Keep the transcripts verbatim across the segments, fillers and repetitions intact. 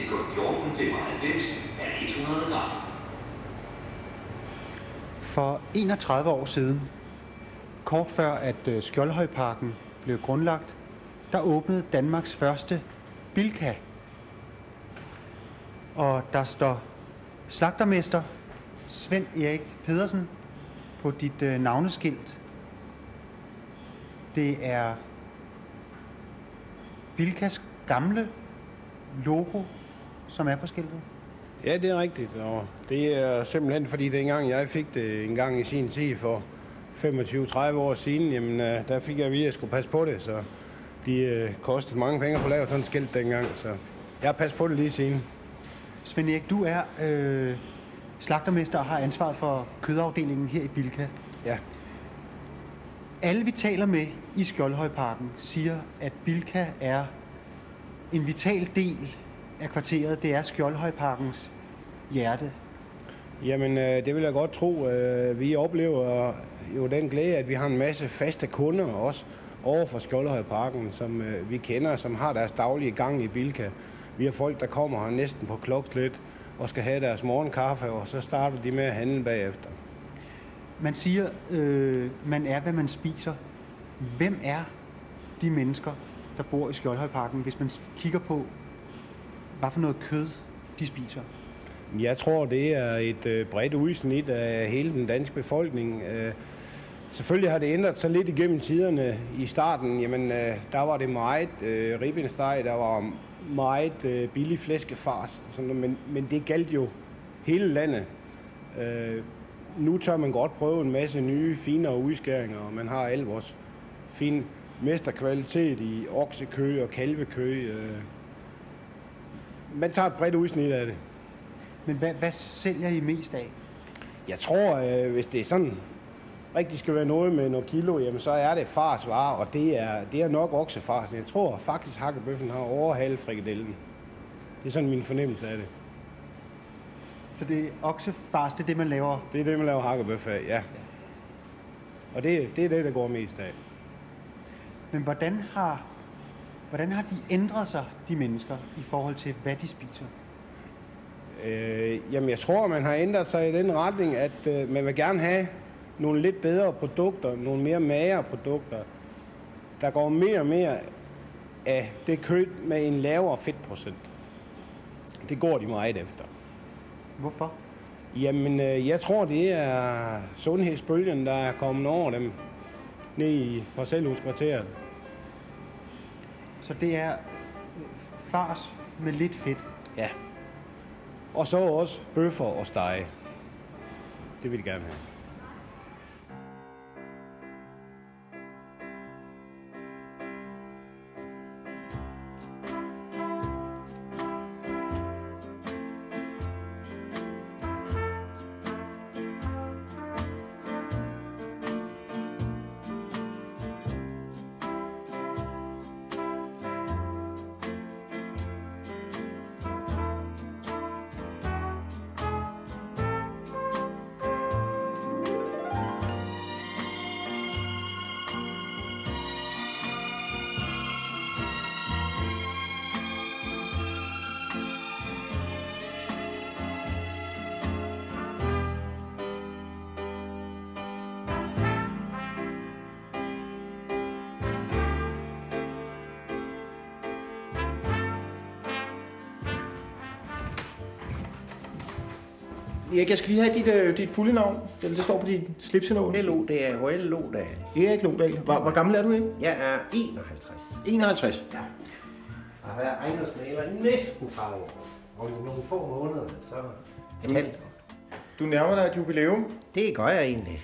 kun fjorten femoghalvfems af hundrede gram. For enogtredive år siden, kort før at Skjoldhøjparken blev grundlagt, der åbnede Danmarks første Bilka. Og der står slagtermester Svend Erik Pedersen på dit øh, navneskilt. Det er Bilkas gamle logo, som er på skiltet. Ja, det er rigtigt, og det er simpelthen fordi dengang jeg fik det en gang i sin tid for femogtyve til tredive år siden, jamen der fik jeg at vide, at jeg skulle passe på det, så de øh, kostede mange penge for at lave sådan et skilt dengang, så jeg har passet på det lige siden. Svend Erik, du er øh, slagtermester og har ansvaret for kødafdelingen her i Bilka. Ja. Alle vi taler med i Skjoldhøjparken siger, at Bilka er en vital del af kvarteret. Det er Skjoldhøjparkens hjerte. Jamen, øh, det vil jeg godt tro. Øh, vi oplever jo den glæde, at vi har en masse faste kunder også over for Skjoldhøjparken, som øh, vi kender, som har deres daglige gang i Bilka. Vi har folk, der kommer her næsten på klokslet og skal have deres morgenkaffe, og så starter de med at handle bagefter. Man siger, øh, man er, hvad man spiser. Hvem er de mennesker, der bor i Skjoldhøjparken, hvis man kigger på, hvad for noget kød de spiser? Jeg tror, det er et øh, bredt udsnit af hele den danske befolkning. Øh, selvfølgelig har det ændret sig lidt igennem tiderne. I starten, jamen, øh, der var det meget øh, ribbensteg, der var meget øh, billig flæskefars, sådan, men, men det galt jo hele landet. Øh, nu tør man godt prøve en masse nye, finere udskæringer, og man har al vores fine mesterkvalitet i oksekød og kalvekød. Øh. Man tager et bredt udsnit af det. Men hvad, hvad sælger I mest af? Jeg tror, øh, hvis det er sådan rigtig skal være noget med noget kilo, jamen så er det farsvarer, og det er, det er nok oksefars. Jeg tror faktisk, hakkebøffen har overhalet frikadellen. Det er sådan min fornemmelse af det. Så det er oksefars, det er det, man laver? Det er det, man laver hakkebøf af, ja. Og det, det er det, der går mest af. Men hvordan har, hvordan har de ændret sig, de mennesker, i forhold til, hvad de spiser? Øh, jamen, jeg tror, man har ændret sig i den retning, at øh, man vil gerne have nogle lidt bedre produkter, nogle mere magre produkter. Der går mere og mere af det kød med en lavere fedtprocent. Det går de meget efter. Hvorfor? Jamen, øh, jeg tror, det er sundhedsbølgen, der er kommet over dem nede i parcelhuskvarteret. Så det er fars med lidt fedt? Ja. Og så også bøffer og stege. Det vil de gerne have. Erik, jeg skal lige have dit, øh, dit fulde navn. Det, det står på dit slipsenål. Hello, det er H L Lodal. Erik Lodal. Hvor, hvor gammel er du, ikke? Jeg er enoghalvtreds. enoghalvtreds? Ja. Jeg har været ejendomsmægler næsten tredive år. Og i nogle få måneder, så et halvt år. Du nærmer dig et jubilæum. Det gør jeg egentlig.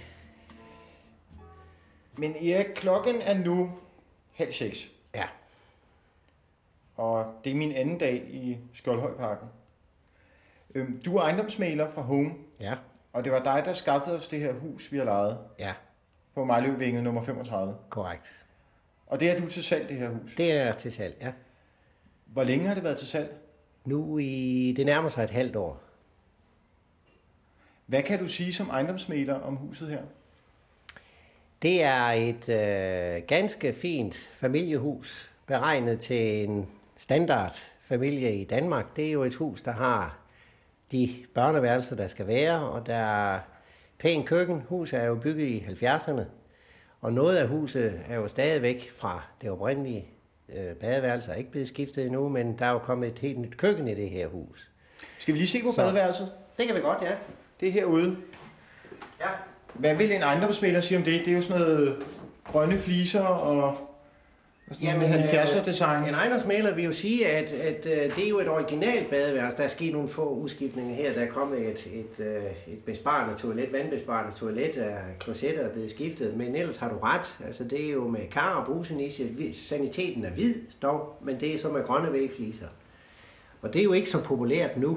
Men Erik, klokken er nu halv seks. Ja. Og det er min anden dag i Skjoldhøjparken. Du er ejendomsmægler fra Home. Ja. Og det var dig, der skaffede os det her hus, vi har lejet. Ja. På Mejløvænget nummer femogtredive. Korrekt. Og det er du til salg, det her hus? Det er til salg, ja. Hvor længe har det været til salg? Nu i det nærmer sig et halvt år. Hvad kan du sige som ejendomsmægler om huset her? Det er et øh, ganske fint familiehus, beregnet til en standard familie i Danmark. Det er jo et hus, der har de børneværelser, der skal være, og der er pæn køkken. Huset er jo bygget i halvfjerdserne, og noget af huset er jo stadigvæk fra det oprindelige øh, badeværelse, er ikke blevet skiftet endnu, men der er jo kommet et helt nyt køkken i det her hus. Skal vi lige se på Så- badeværelset? Det kan vi godt, ja. Det er herude. Ja. Hvad vil en ejendomsmægler sige om det? Det er jo sådan noget grønne fliser og sådan noget halvfjerdser design. En ejendomsmægler vil jo sige, at, at, at det er jo et originalt badeværelse. Der er sket nogle få udskiftninger her. Der er kommet et, et, et besparende toilet, vandbesparende toilet, og klosetter er blevet skiftet. Men ellers har du ret. Altså, det er jo med kar og brusenisje. Saniteten er hvid dog, men det er så med grønne vægfliser. Og det er jo ikke så populært nu.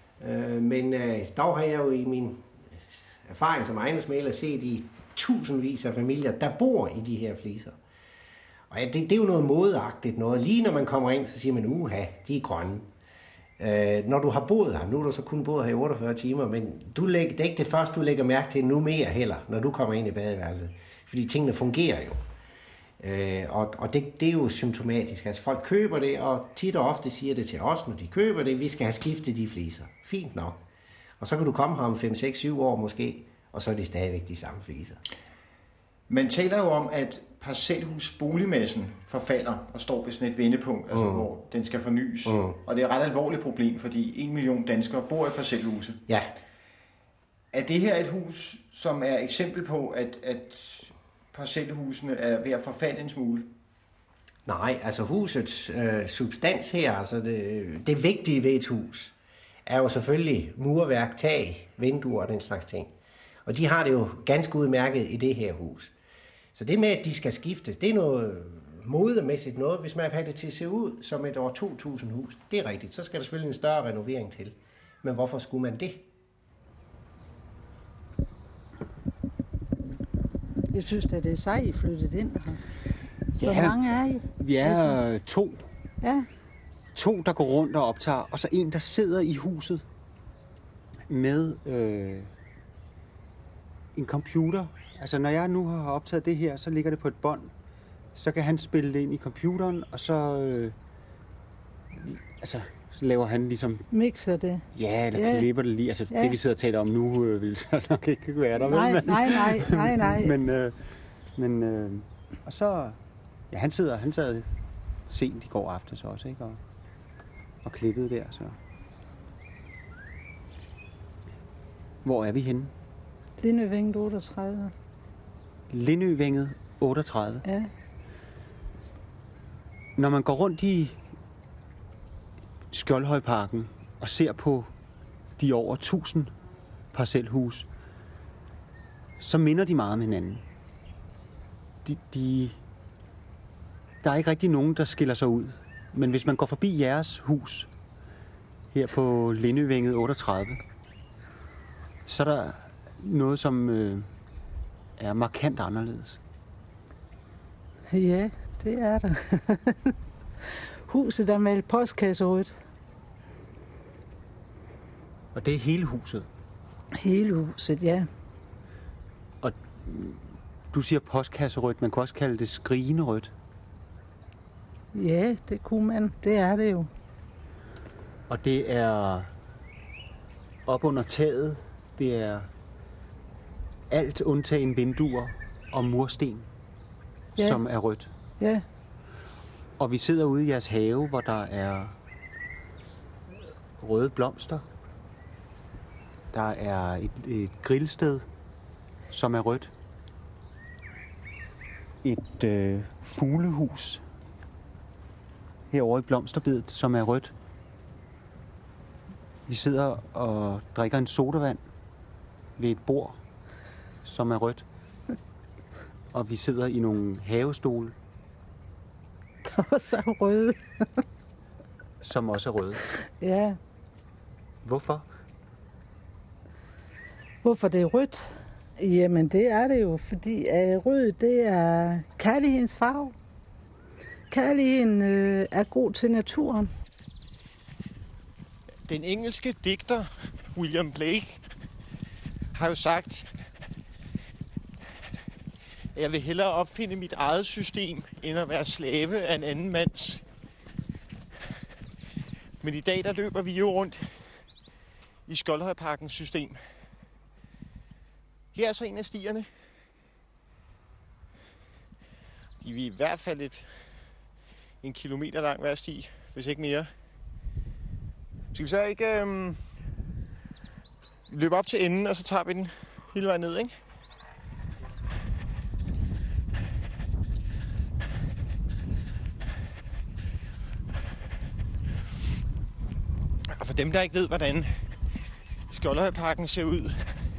Men dog har jeg jo i min erfaring som ejendomsmægler set i tusindvis af familier, der bor i de her fliser. Og ja, det, det er jo noget modeagtigt noget. Lige når man kommer ind, så siger man, uha, de er grønne. Øh, når du har boet her, nu har du så kun boet her i otteogfyrre timer, men du lægger, det er ikke det første, du lægger mærke til nu mere heller, når du kommer ind i badeværelset. Fordi tingene fungerer jo. Øh, og og det, det er jo symptomatisk. Altså folk køber det, og tit og ofte siger det til os, når de køber det, vi skal have skiftet de fliser. Fint nok. Og så kan du komme her om fem, seks, syv år måske, og så er det stadigvæk de samme fliser. Man taler jo om, at parcelhusboligmassen forfalder og står ved sådan et vendepunkt, altså Mm. hvor den skal fornyes. Mm. Og det er et ret alvorligt problem, fordi en million danskere bor i parcelhuse. Ja. Er det her et hus, som er eksempel på, at, at parcelhusene er ved at forfalde en smule? Nej, altså husets øh, substans her, altså det, det vigtige ved et hus, er jo selvfølgelig murværk, tag, vinduer og den slags ting. Og de har det jo ganske udmærket i det her hus. Så det med, at de skal skiftes, det er noget modemæssigt noget, hvis man vil have det til at se ud som et år to tusind hus. Det er rigtigt, så skal der selvfølgelig en større renovering til. Men hvorfor skulle man det? Jeg synes, at det er sejt, I flyttet ind her. Hvor Ja, mange er I? vi er to. Ja, To, der går rundt og optager, og så en, der sidder i huset med øh, en computer. Altså, når jeg nu har optaget det her, så ligger det på et bånd. Så kan han spille det ind i computeren, og så, øh, altså, så laver han ligesom, mixer det. ja, eller Ja. klipper det lige. Altså, Ja. det vi sidder og taler om nu, øh, vil så nok ikke være der. Nej, vel? nej, nej, nej, nej. men, øh, men øh, og så, ja, han sidder, han sad sent i går aftes også, ikke? Og, og klippede der, så. Hvor er vi henne? Lindøvænget otteogtredive. Lindøvænget otteogtredive. Ja, Når man går rundt i Skjoldhøjparken og ser på de over tusind parcelhus, så minder de meget om hinanden. De, de, der er ikke rigtig nogen, der skiller sig ud. Men hvis man går forbi jeres hus her på Lindøvænget otteogtredive, så er der noget, som øh, er markant anderledes. ja, det er der. Huset er malet postkasserødt. Og det er hele huset. Hele huset, ja. Og du siger postkasserødt, man kan også kalde det skrigende rødt. Ja, det kunne man. Det er det jo. Og det er op under taget. Det er alt undtagen vinduer og mursten, Ja. som er rødt. Ja, Og vi sidder ude i jeres have, hvor der er røde blomster. Der er et, et grillsted, som er rødt. Et øh, fuglehus herovre i blomsterbedet, som er rødt. Vi sidder og drikker en sodavand ved et bord, som er rødt. Og vi sidder i nogle havestole, der var så røde. som også er røde. Ja, Hvorfor? hvorfor det er rødt? Jamen, det er det jo, fordi at rød, det er kærlighedens farve. Kærligheden øh, er god til naturen. Den engelske digter William Blake har jo sagt, at jeg vil hellere opfinde mit eget system, end at være slave af en anden mands. Men i dag, der løber vi jo rundt i Skjoldhøjparkens system. Her er så en af stierne. De er i hvert fald et, en kilometer lang hver sti, hvis ikke mere. Skal vi så ikke øhm, løbe op til enden, og så tager vi den hele vejen ned, ikke? Og for dem, der ikke ved, hvordan Skjoldhøjparken ser ud,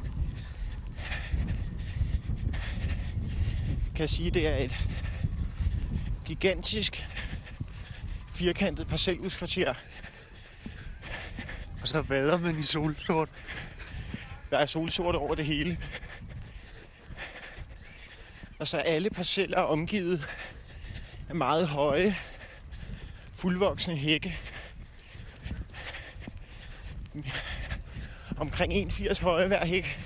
kan jeg sige, at det er et gigantisk firkantet parcelhuskvarter. Og så vader man i solsort. Der er solsort over det hele. Og så er alle parceller omgivet af meget høje, fuldvoksne hække. Omkring en komma firs høje hver hæk.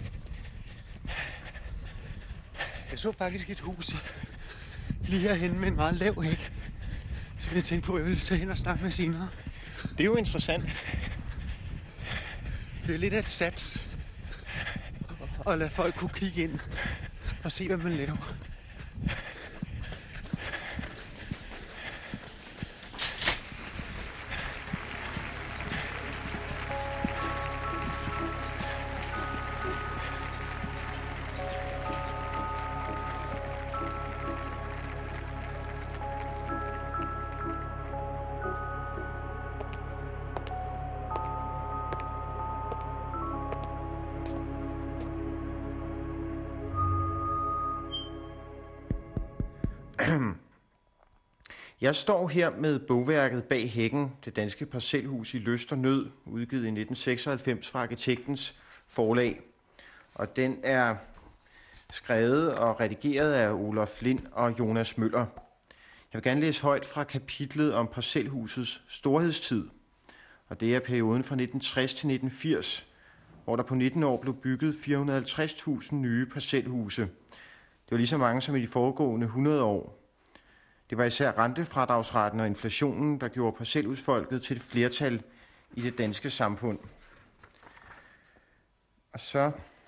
Jeg så faktisk et hus lige herhenne med en meget lav hæk. Så jeg tænkte på, at jeg ville tage hen og snakke med senere. Det er jo interessant. Det er lidt af et sats at lade folk kunne kigge ind og se, hvad man laver. Jeg står her med bogværket Bag hækken, det danske parcelhus i lyst og nød, udgivet i nitten seksoghalvfems fra arkitektens forlag. Og den er skrevet og redigeret af Olaf Lind og Jonas Møller. Jeg vil gerne læse højt fra kapitlet om parcelhusets storhedstid. Og det er perioden fra nitten tres til nitten firs, hvor der på nitten år blev bygget fire hundrede og halvtreds tusind nye parcelhuse. Det var lige så mange som i de foregående hundrede år. Det var især rentefradragsretten og inflationen, der gjorde parcelhusfolket til et flertal i det danske samfund. Og så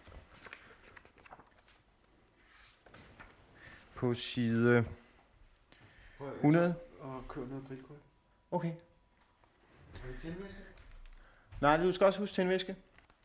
på side hundrede. Og købe noget grillkål. Okay. Har I tændvæske? Nej, du skal også huske tændvæske.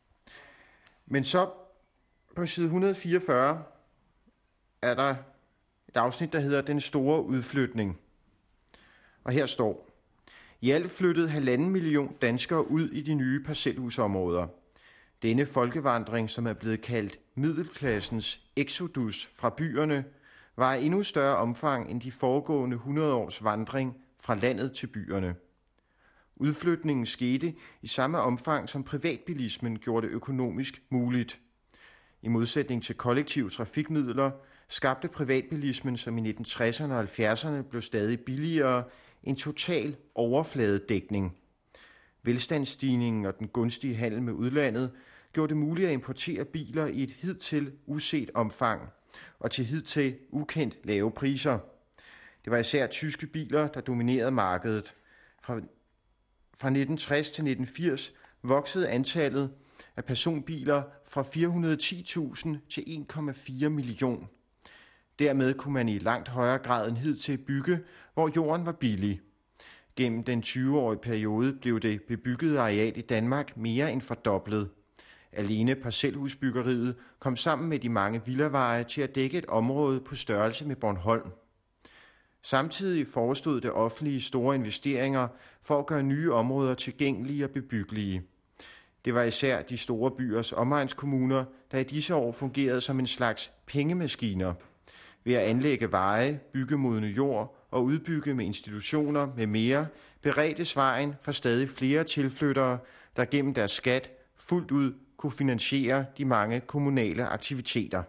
Men så på side et hundrede og fireogfyrre er der et afsnit, der hedder Den store udflytning. Og her står: I alt flyttede halvanden million danskere ud i de nye parcelhusområder. Denne folkevandring, som er blevet kaldt middelklassens exodus fra byerne, var i endnu større omfang end de foregående hundrede års vandring fra landet til byerne. Udflytningen skete i samme omfang, som privatbilismen gjorde det økonomisk muligt. I modsætning til kollektive trafikmidler skabte privatbilismen, som i nitten tresserne og halvfjerdserne blev stadig billigere, en total overfladedækning. Velstandsstigningen og den gunstige handel med udlandet gjorde det muligt at importere biler i et hidtil uset omfang og til hidtil ukendt lave priser. Det var især tyske biler, der dominerede markedet. Fra, fra nitten tres til nitten firs voksede antallet af personbiler fra fire hundrede og ti tusind til en komma fire million. Dermed kunne man i langt højere grad end hidtil bygge, hvor jorden var billig. Gennem den tyve-årige periode blev det bebyggede areal i Danmark mere end fordoblet. Alene parcelhusbyggeriet kom sammen med de mange villaveje til at dække et område på størrelse med Bornholm. Samtidig forestod det offentlige store investeringer for at gøre nye områder tilgængelige og bebyggelige. Det var især de store byers omegnskommuner, der i disse år fungerede som en slags pengemaskiner. Ved at anlægge veje, bygge modne jord og udbygge med institutioner med mere, beredtes vejen for stadig flere tilflyttere, der gennem deres skat fuldt ud kunne finansiere de mange kommunale aktiviteter.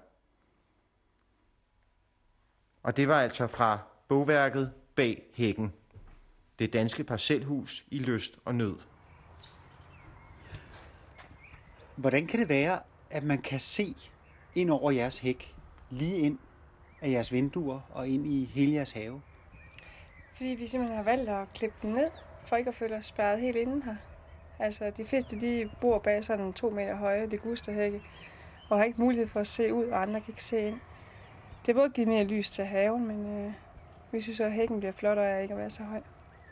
Og det var altså fra bogværket Bag hækken. Det danske parcelhus i lyst og nød. Hvordan kan det være, at man kan se ind over jeres hæk, lige ind af jeres vinduer og ind i hele jeres have? Fordi vi simpelthen har valgt at klippe den ned for ikke at føle os spærret helt inden her. Altså, de fleste de bor bag sådan en to meter høje ligusterhække, og har ikke mulighed for at se ud, og andre kan ikke se ind. Det er både givet mere lys til haven, men øh, vi synes, at hækken bliver flottere af ikke at være så høj.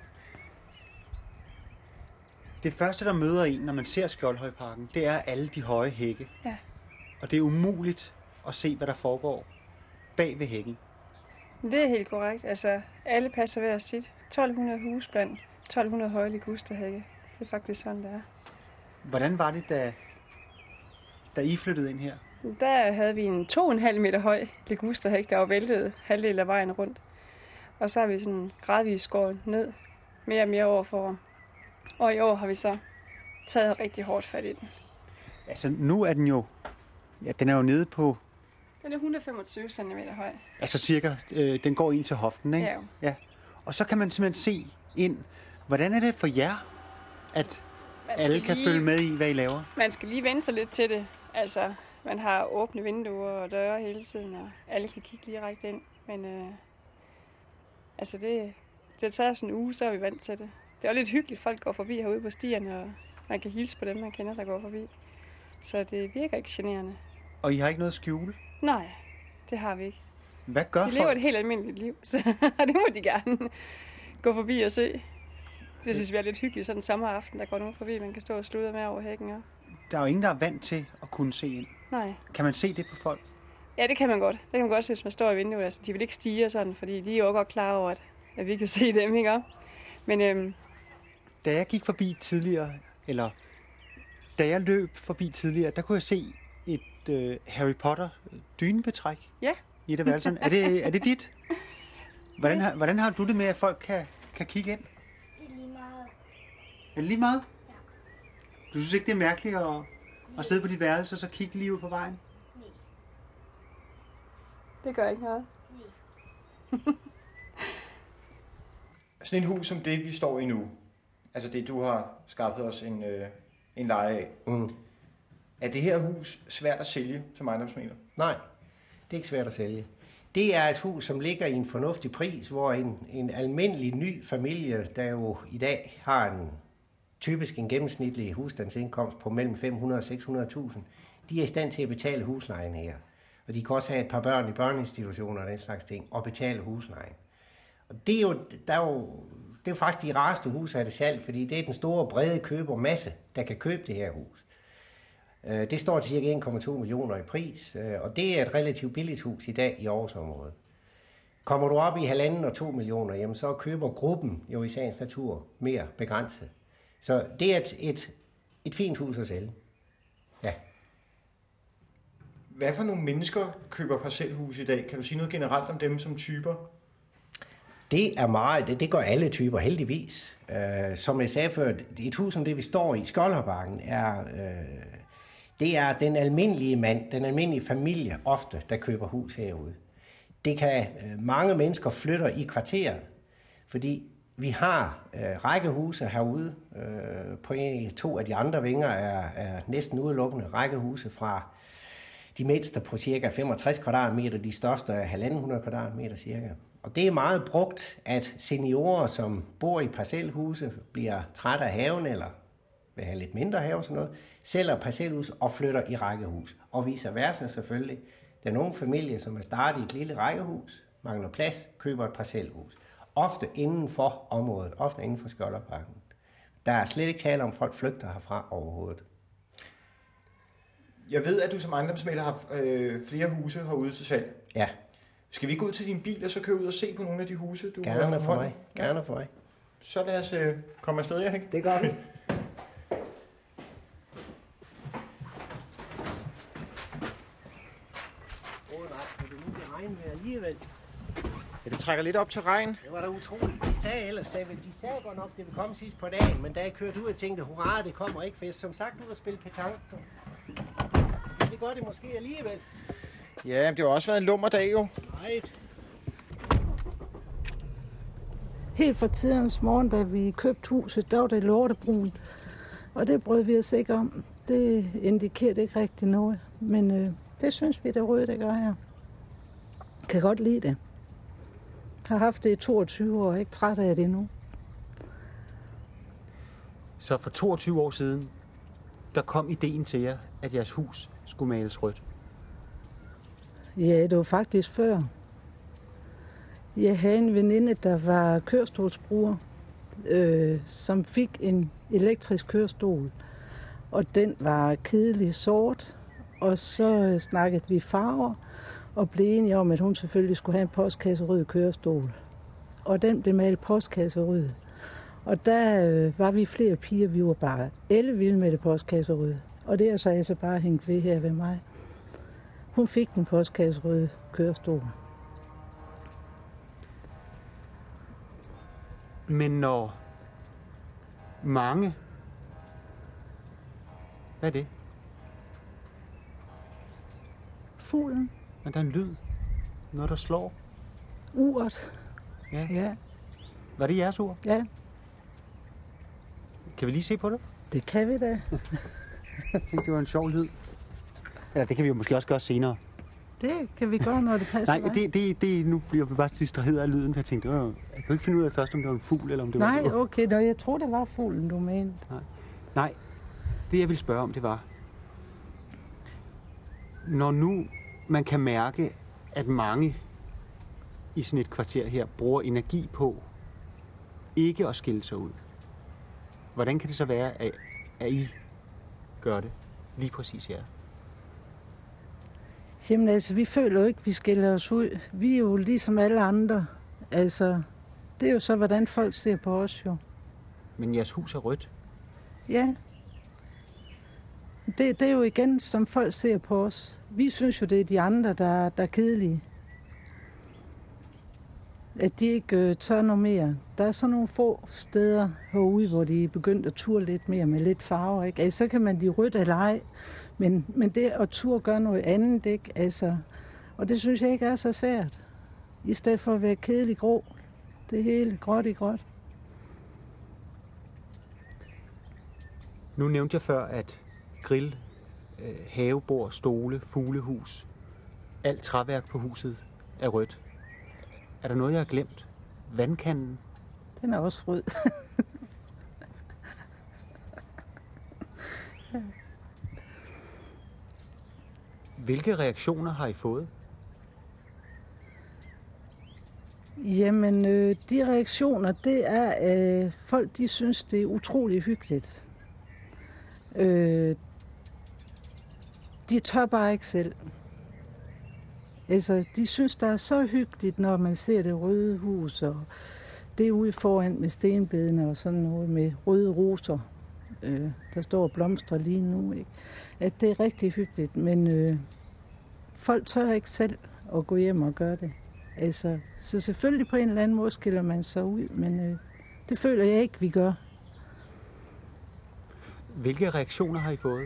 Det første, der møder en, når man ser Skjoldhøjparken, det er alle de høje hække. Ja. Og det er umuligt at se, hvad der foregår bag ved hækken. Det er helt korrekt. Altså, alle passer hver sit. tolv hundrede huse blandt tolv hundrede høje ligusterhække. Det er faktisk sådan, det er. Hvordan var det, da, da I flyttede ind her? Der havde vi en to komma fem meter høj ligusterhæk, der var væltet halvdelen af vejen rundt. Og så har vi sådan gradvist skåret ned mere og mere år for år. Og i år har vi så taget rigtig hårdt fat i den. Altså nu er den jo, ja, den er jo nede på... Den er et hundrede og femogtyve centimeter høj. Altså cirka, øh, den går ind til hoften, ikke? Ja. Ja. Og så kan man simpelthen se ind. Hvordan er det for jer, at alle kan lige følge med i, hvad I laver? Man skal lige vende sig lidt til det. Altså, man har åbne vinduer og døre hele tiden, og alle kan kigge lige rækt ind. Men øh, altså det, det har taget sådan en uge, så er vi vant til det. Det er jo lidt hyggeligt, folk går forbi herude på stierne, og man kan hilse på dem, man kender, der går forbi. Så det virker ikke generende. Og I har ikke noget at skjule? Nej, det har vi ikke. Hvad gør de folk? De lever et helt almindeligt liv, så det må de gerne gå forbi og se. Det synes vi er lidt hyggeligt, sådan en sommeraften, der går nogen forbi, man kan stå og sludre med over hækken. Og... Der er jo ingen, der er vant til at kunne se ind. Nej. Kan man se det på folk? Ja, det kan man godt. Det kan man godt se, hvis man står i vinduet. Altså, de vil ikke stige sådan, fordi de er jo godt klar over, at, at vi kan se dem, ikke? Men øhm... da jeg gik forbi tidligere, eller da jeg løb forbi tidligere, der kunne jeg se et øh, Harry Potter dynebetræk. Ja. I et af værelserne. Er det, er det dit? Hvordan har, hvordan har du det med, at folk kan, kan kigge ind? Det er lige meget. Er det lige meget? Ja. Du synes ikke, det er mærkeligt at, at sidde på dit værelse og så kigge lige ud på vejen? Nej. Det gør ikke noget. Nej. Sådan et hus som det, vi står i nu, altså det, du har skaffet os en, øh, en leje af. Mm. Er det her hus svært at sælge som ejendomsmægler? Nej, det er ikke svært at sælge. Det er et hus, som ligger i en fornuftig pris, hvor en, en almindelig ny familie, der jo i dag har en typisk en gennemsnitlig husstandsindkomst på mellem fem hundrede og seks hundrede tusind, de er i stand til at betale huslejen her. Og de kan også have et par børn i børneinstitutioner og den slags ting, og betale huslejen. Og det er jo, der er jo, det er jo faktisk de rareste hus af det salg, fordi det er den store, brede købermasse, der kan købe det her hus. Det står til cirka en komma to millioner i pris, og det er et relativt billigt hus i dag i Aarhusområdet. Kommer du op i halvanden og to millioner, jamen så køber gruppen jo i sagens natur mere begrænset. Så det er et, et, et fint hus at sælge. Ja. Hvad for nogle mennesker køber parcelhus i dag? Kan du sige noget generelt om dem som typer? Det er meget, det, det gør alle typer heldigvis. Uh, som jeg sagde før, et hus som det vi står i, Skjoldhøjparken, er, uh, det er den almindelige mand, den almindelige familie ofte, der køber hus herude. Det kan uh, mange mennesker flytter i kvarteret, fordi vi har uh, rækkehuse herude. Uh, på en, to af de andre vinger er, er næsten udelukkende rækkehuse fra de mindste på cirka femogtres kvadratmeter, de største er halvanden hundrede kvadratmeter cirka. Og det er meget brugt, at seniorer, som bor i parcelhuse, bliver trætte af haven, eller vil have lidt mindre have, sådan noget, sælger parcelhus og flytter i rækkehus. Og vice versa selvfølgelig. Der er nogle familier, som er startet i et lille rækkehus, mangler plads, køber et parcelhus. Ofte inden for området, ofte inden for Skjoldhøjparken. Der er slet ikke tale om, at folk flygter herfra overhovedet. Jeg ved, at du som ejendomsmægler har øh, flere huse herude til salg. Ja. Skal vi gå ud til din bil og så køre ud og se på nogle af de huse, du Gerne har for mig. Gerne for mig. Så lad os øh, komme afsted, Erik. Det gør vi. Åh oh, nej, for det nu bliver regnvejr alligevel. Ja, det trækker lidt op til regn. Det var da utroligt. De sagde ellers, David, de sagde godt nok, det ville komme sidst på dagen, men da jeg kørte ud og tænkte, hurra, det kommer ikke, for som sagt ud og spille petanque. Det gør det måske alligevel. Ja, men det har også været en lummer dag jo. Right. Helt fra tidens morgen, da vi købte huset, der var det lortebrunt. Og det brød vi os ikke om. Det indikerer ikke rigtig noget. Men øh, det synes vi, det røde, det gør her. Kan godt lide det. Har haft det i toogtyve år, ikke træt af det nu. Så for toogtyve år siden, der kom ideen til jer, at jeres hus skulle males rødt. Ja, det var faktisk før. Jeg havde en veninde, der var kørestolsbruger, øh, som fik en elektrisk kørestol. Og den var kedelig sort. Og så snakkede vi farver og blev enige om, at hun selvfølgelig skulle have en postkasserød kørestol. Og den blev malet postkasserød. Og der øh, var vi flere piger, vi var bare ellevilde med det postkasserøde. Og det er så altså bare hængt ved her ved mig. Hun fik den postkasserøde kørestol. Men når mange... Hvad er det? Fuglen. Men der er en lyd. Noget, der slår. Uret. Ja. Ja. Var det jeres ur? Ja. Kan vi lige se på det? Det kan vi da. Jeg tænkte, det var en sjov lyd. Eller det kan vi jo måske også gøre senere. Det kan vi gøre, når det passer. Nej, det, det, det, nu bliver vi bare distraheret af lyden, for jeg tænkte, jeg kan jo ikke finde ud af først, om det var en fugl, eller om det Nej, var... Nej, okay, nå, jeg tror, det var fuglen, du mente. Nej. Nej, det jeg ville spørge om, det var, når nu man kan mærke, at mange i sådan et kvarter her bruger energi på ikke at skille sig ud, hvordan kan det så være, at, at I gør det lige præcis her? Jamen altså, vi føler jo ikke, at vi skiller os ud. Vi er jo ligesom alle andre. Altså, det er jo så, hvordan folk ser på os jo. Men jeres hus er rødt? Ja. Det, det er jo igen, som folk ser på os. Vi synes jo, det er de andre, der, der er kedelige. At de ikke øh, tør noget mere. Der er så nogle få steder herude, hvor de er begyndt at ture lidt mere med lidt farver. Ikke? Altså, så kan man de rødt eller ej. Men, men det at turde gøre noget andet, ikke? Altså, og det synes jeg ikke er så svært. I stedet for at være kedelig grå. Det hele gråt i gråt. Nu nævnte jeg før, at grill, øh, havebord, stole, fuglehus, alt træværk på huset er rødt. Er der noget, jeg har glemt? Vandkanden? Den er også rød. Hvilke reaktioner har I fået? Jamen, øh, de reaktioner, det er, at øh, folk de synes, det er utrolig hyggeligt. Øh, de tør bare ikke selv. Altså, de synes, det er så hyggeligt, når man ser det røde hus, og det ude foran med stenbedene og sådan noget med røde roser. Øh, der står blomster lige nu, ikke? At det er rigtig hyggeligt, men øh, folk tør ikke selv at gå hjem og gøre det. Altså, så selvfølgelig på en eller anden måde skiller man sig ud, men øh, det føler jeg ikke, vi gør. Hvilke reaktioner har I fået?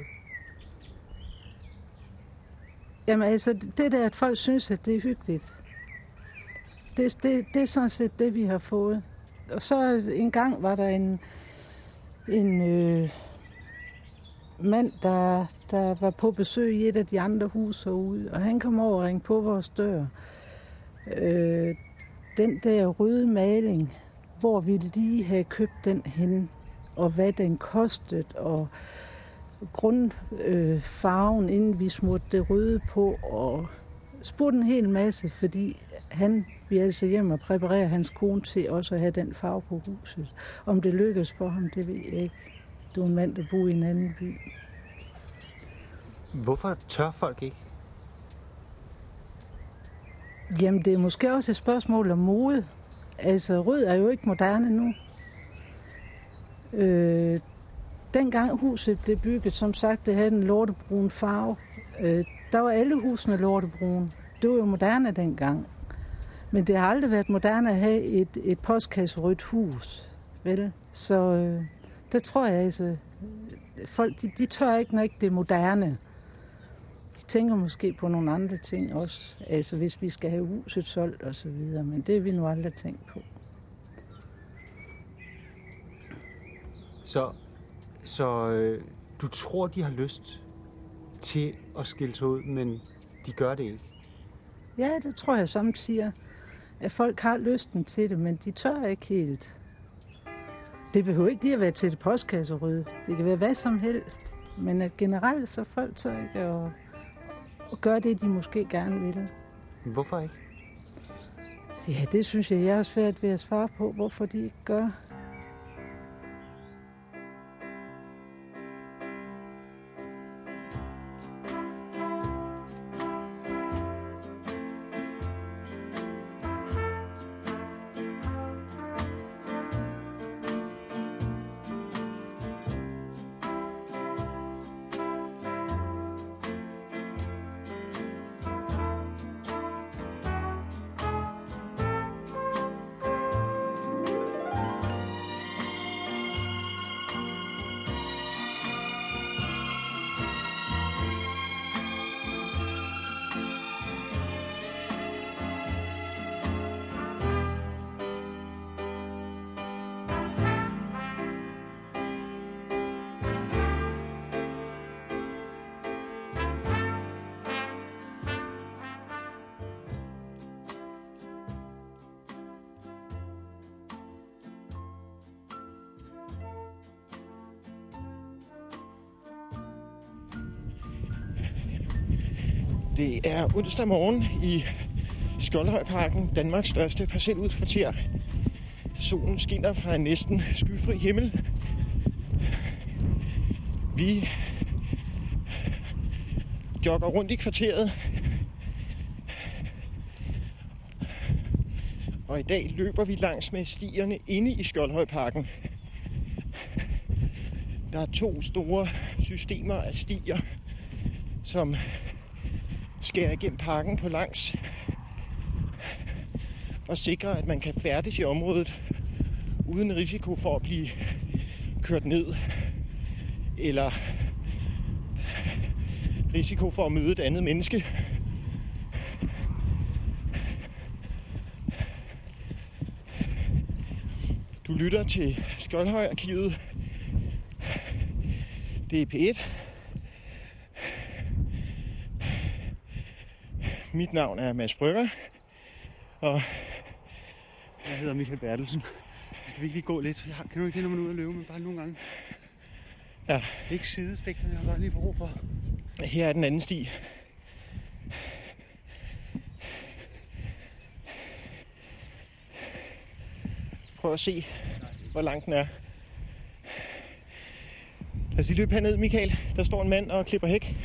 Jamen altså, det der, at folk synes, at det er hyggeligt, det, det, det er sådan set det, vi har fået. Og så en gang var der en, en øh, mand, der, der var på besøg i et af de andre huse herude, og han kom over og ringte på vores dør. Øh, den der røde maling, hvor vi lige havde købt den hen, og hvad den kostede, og grundfarven, øh, inden vi smurte det røde på, og spurgte en hel masse, fordi han ville altså hjem og præparere hans kone til også at have den farve på huset. Om det lykkedes for ham, det ved jeg ikke. Det var en mand, der boede i en anden by. Hvorfor tør folk ikke? Jamen, det er måske også et spørgsmål om mode. Altså, rød er jo ikke moderne nu. Øh, dengang huset blev bygget, som sagt, det havde en lortebrun farve. Øh, der var alle husene lortebrune. Det var jo moderne dengang. Men det har aldrig været moderne at have et, et postkasserødt hus. Vel? Så øh, det tror jeg altså. Folk, de, de tør ikke, når ikke det er moderne. De tænker måske på nogle andre ting også. Altså hvis vi skal have huset solgt og så videre. Men det har vi nu aldrig tænkt på. Så, så øh, du tror, de har lyst til at skille sig ud, men de gør det ikke? Ja, det tror jeg samtidig. At folk har lysten til det, men de tør ikke helt. Det behøver ikke lige at være til det postkasserydde. Det kan være hvad som helst. Men at generelt så folk så ikke at, at gøre det, de måske gerne vil. Hvorfor ikke? Ja, det synes jeg, jeg har svært ved at svare på, hvorfor de ikke gør. Det er onsdag morgen i Skjoldhøjparken, Danmarks største parcelhuskvarter. Solen skinner fra en næsten skyfri himmel. Vi jogger rundt i kvarteret. Og i dag løber vi langs med stierne inde i Skjoldhøjparken. Der er to store systemer af stier, som skærer igennem parken på langs og sikrer, at man kan færdes i området uden risiko for at blive kørt ned eller risiko for at møde et andet menneske. Du lytter til Skjoldhøjarkivet. Det er P et. Mit navn er Mads Brygger, og jeg hedder Michael Bertelsen. Kan vi ikke lige gå lidt? Jeg har, kan du ikke det, når man er ude at løbe, men bare nogle gange? Ja. Ikke sidestikkende, jeg har bare lige brug for. Her er den anden sti. Prøv at se, hvor lang den er. Lad os lige løbe herned, Michael. Der står en mand og klipper hæk.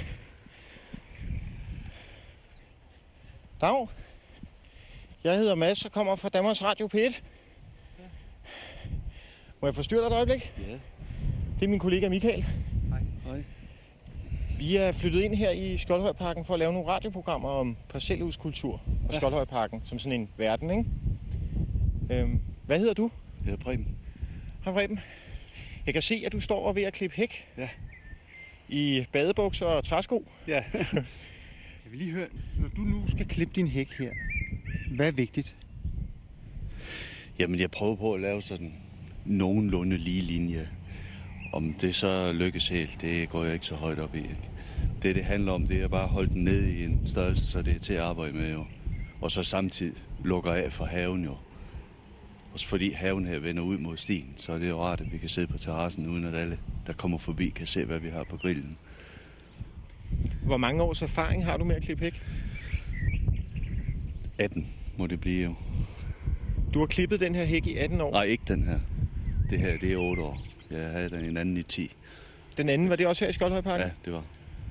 Dag. Jeg hedder Mads og kommer fra Danmarks Radio P et. Ja. Må jeg forstyrre dig et øjeblik? Ja. Det er min kollega Michael. Hej. Hej. Vi er flyttet ind her i Skjoldhøjparken for at lave nogle radioprogrammer om parcelhuskultur og ja. Skjoldhøjparken som sådan en verden, ikke? Øhm, hvad hedder du? Jeg hedder Preben. Hej Preben. Jeg kan se, at du står ved at klippe hæk. Ja. I badebukser og træsko. Ja. Jeg vil lige høre, når du nu skal klippe din hæk her, hvad er vigtigt? Jamen, jeg prøver på at lave sådan nogenlunde lige linje. Om det så lykkes helt, det går jeg ikke så højt op i. Ikke? Det, det handler om, det er bare at holde den ned i en størrelse, så det er til at arbejde med. Jo. Og så samtidig lukker af for haven jo. Også fordi haven her vender ud mod stien, så er det jo rart, at vi kan sidde på terrassen, uden at alle, der kommer forbi, kan se, hvad vi har på grillen. Hvor mange års erfaring har du med at klippe hæk? atten må det blive jo. Du har klippet den her hæk i atten år? Nej, ikke den her. Det her, det er otte år. Jeg havde den en anden i ti. Den anden, var det også her i Skjoldhøjparken? Ja, det var.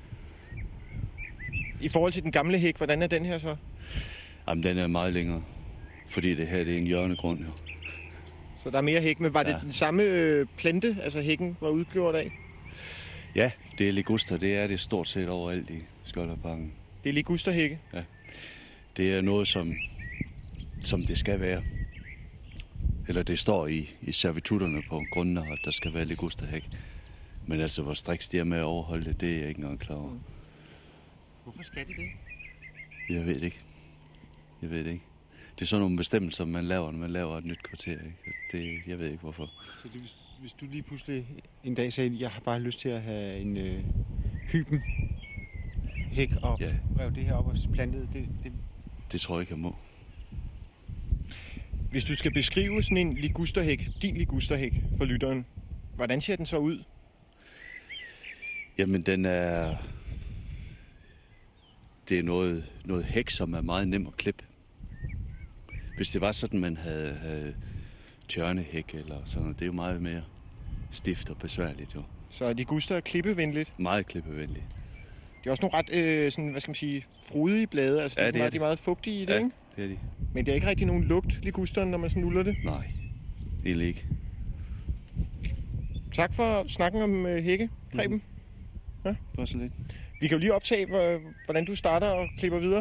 I forhold til den gamle hæk, hvordan er den her så? Jamen, den er meget længere. Fordi det her, det er en hjørnegrund jo. Så der er mere hæk, men var det ja. den samme øh, plante, altså hækken var udgjort af? Ja, det er liguster. Det er det stort set overalt i Skjoldhøjparken. Det er ligusterhække? Ja. Det er noget, som, som det skal være. Eller det står i, i servitutterne på grundene, at der skal være ligusterhæk. Men altså, hvor striks de er med at overholde det, det er jeg ikke engang klar over. Hvorfor skal de det? Jeg ved det ikke. Jeg ved det ikke. Det er sådan nogle bestemmelser, man laver, når man laver et nyt kvarter. Ikke? Det, jeg ved ikke, hvorfor. Så det, hvis, hvis du lige pludselig en dag sagde, at jeg har bare lyst til at have en øh, hyben hæk og ja. rev det her op og plantede det, det... Det tror jeg ikke, jeg må. Hvis du skal beskrive sådan en ligusterhæk, din ligusterhæk for lytteren, hvordan ser den så ud? Jamen, den er... Det er noget, noget hæk, som er meget nem at klippe. Hvis det var sådan, man havde, havde tjørnehæk eller sådan noget, det er jo meget mere stift og besværligt, jo. Så liguster er klippevenligt? Meget klippevenligt. Det er også nogle ret, øh, sådan, hvad skal man sige, frodige blade, altså ja, det er, det meget, er de er meget fugtige i det, ja, ikke? det er de. Men det er ikke rigtig nogen lugt, ligusteren, når man sådan nuller det? Nej, egentlig ikke. Tak for snakken om øh, hække, Preben. Mm. Ja. Det var så lidt. Vi kan jo lige optage, hvordan du starter og klipper videre.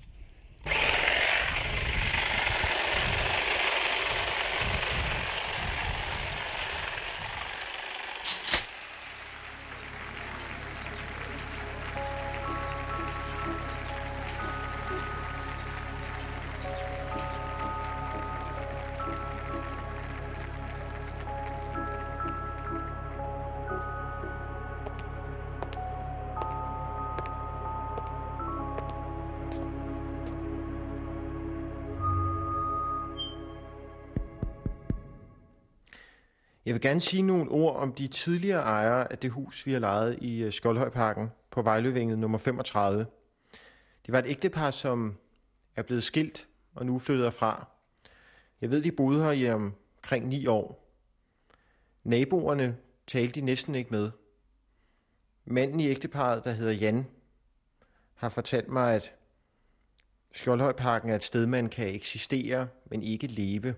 Jeg vil gerne sige nogle ord om de tidligere ejere af det hus, vi har lejet i Skjoldhøjparken på Vejløvænget nummer femogtredive. Det var et ægtepar, som er blevet skilt og nu flytter fra. Jeg ved, de boede her i omkring ni år. Naboerne talte de næsten ikke med. Manden i ægteparret, der hedder Jan, har fortalt mig, at Skjoldhøjparken er et sted, man kan eksistere, men ikke leve.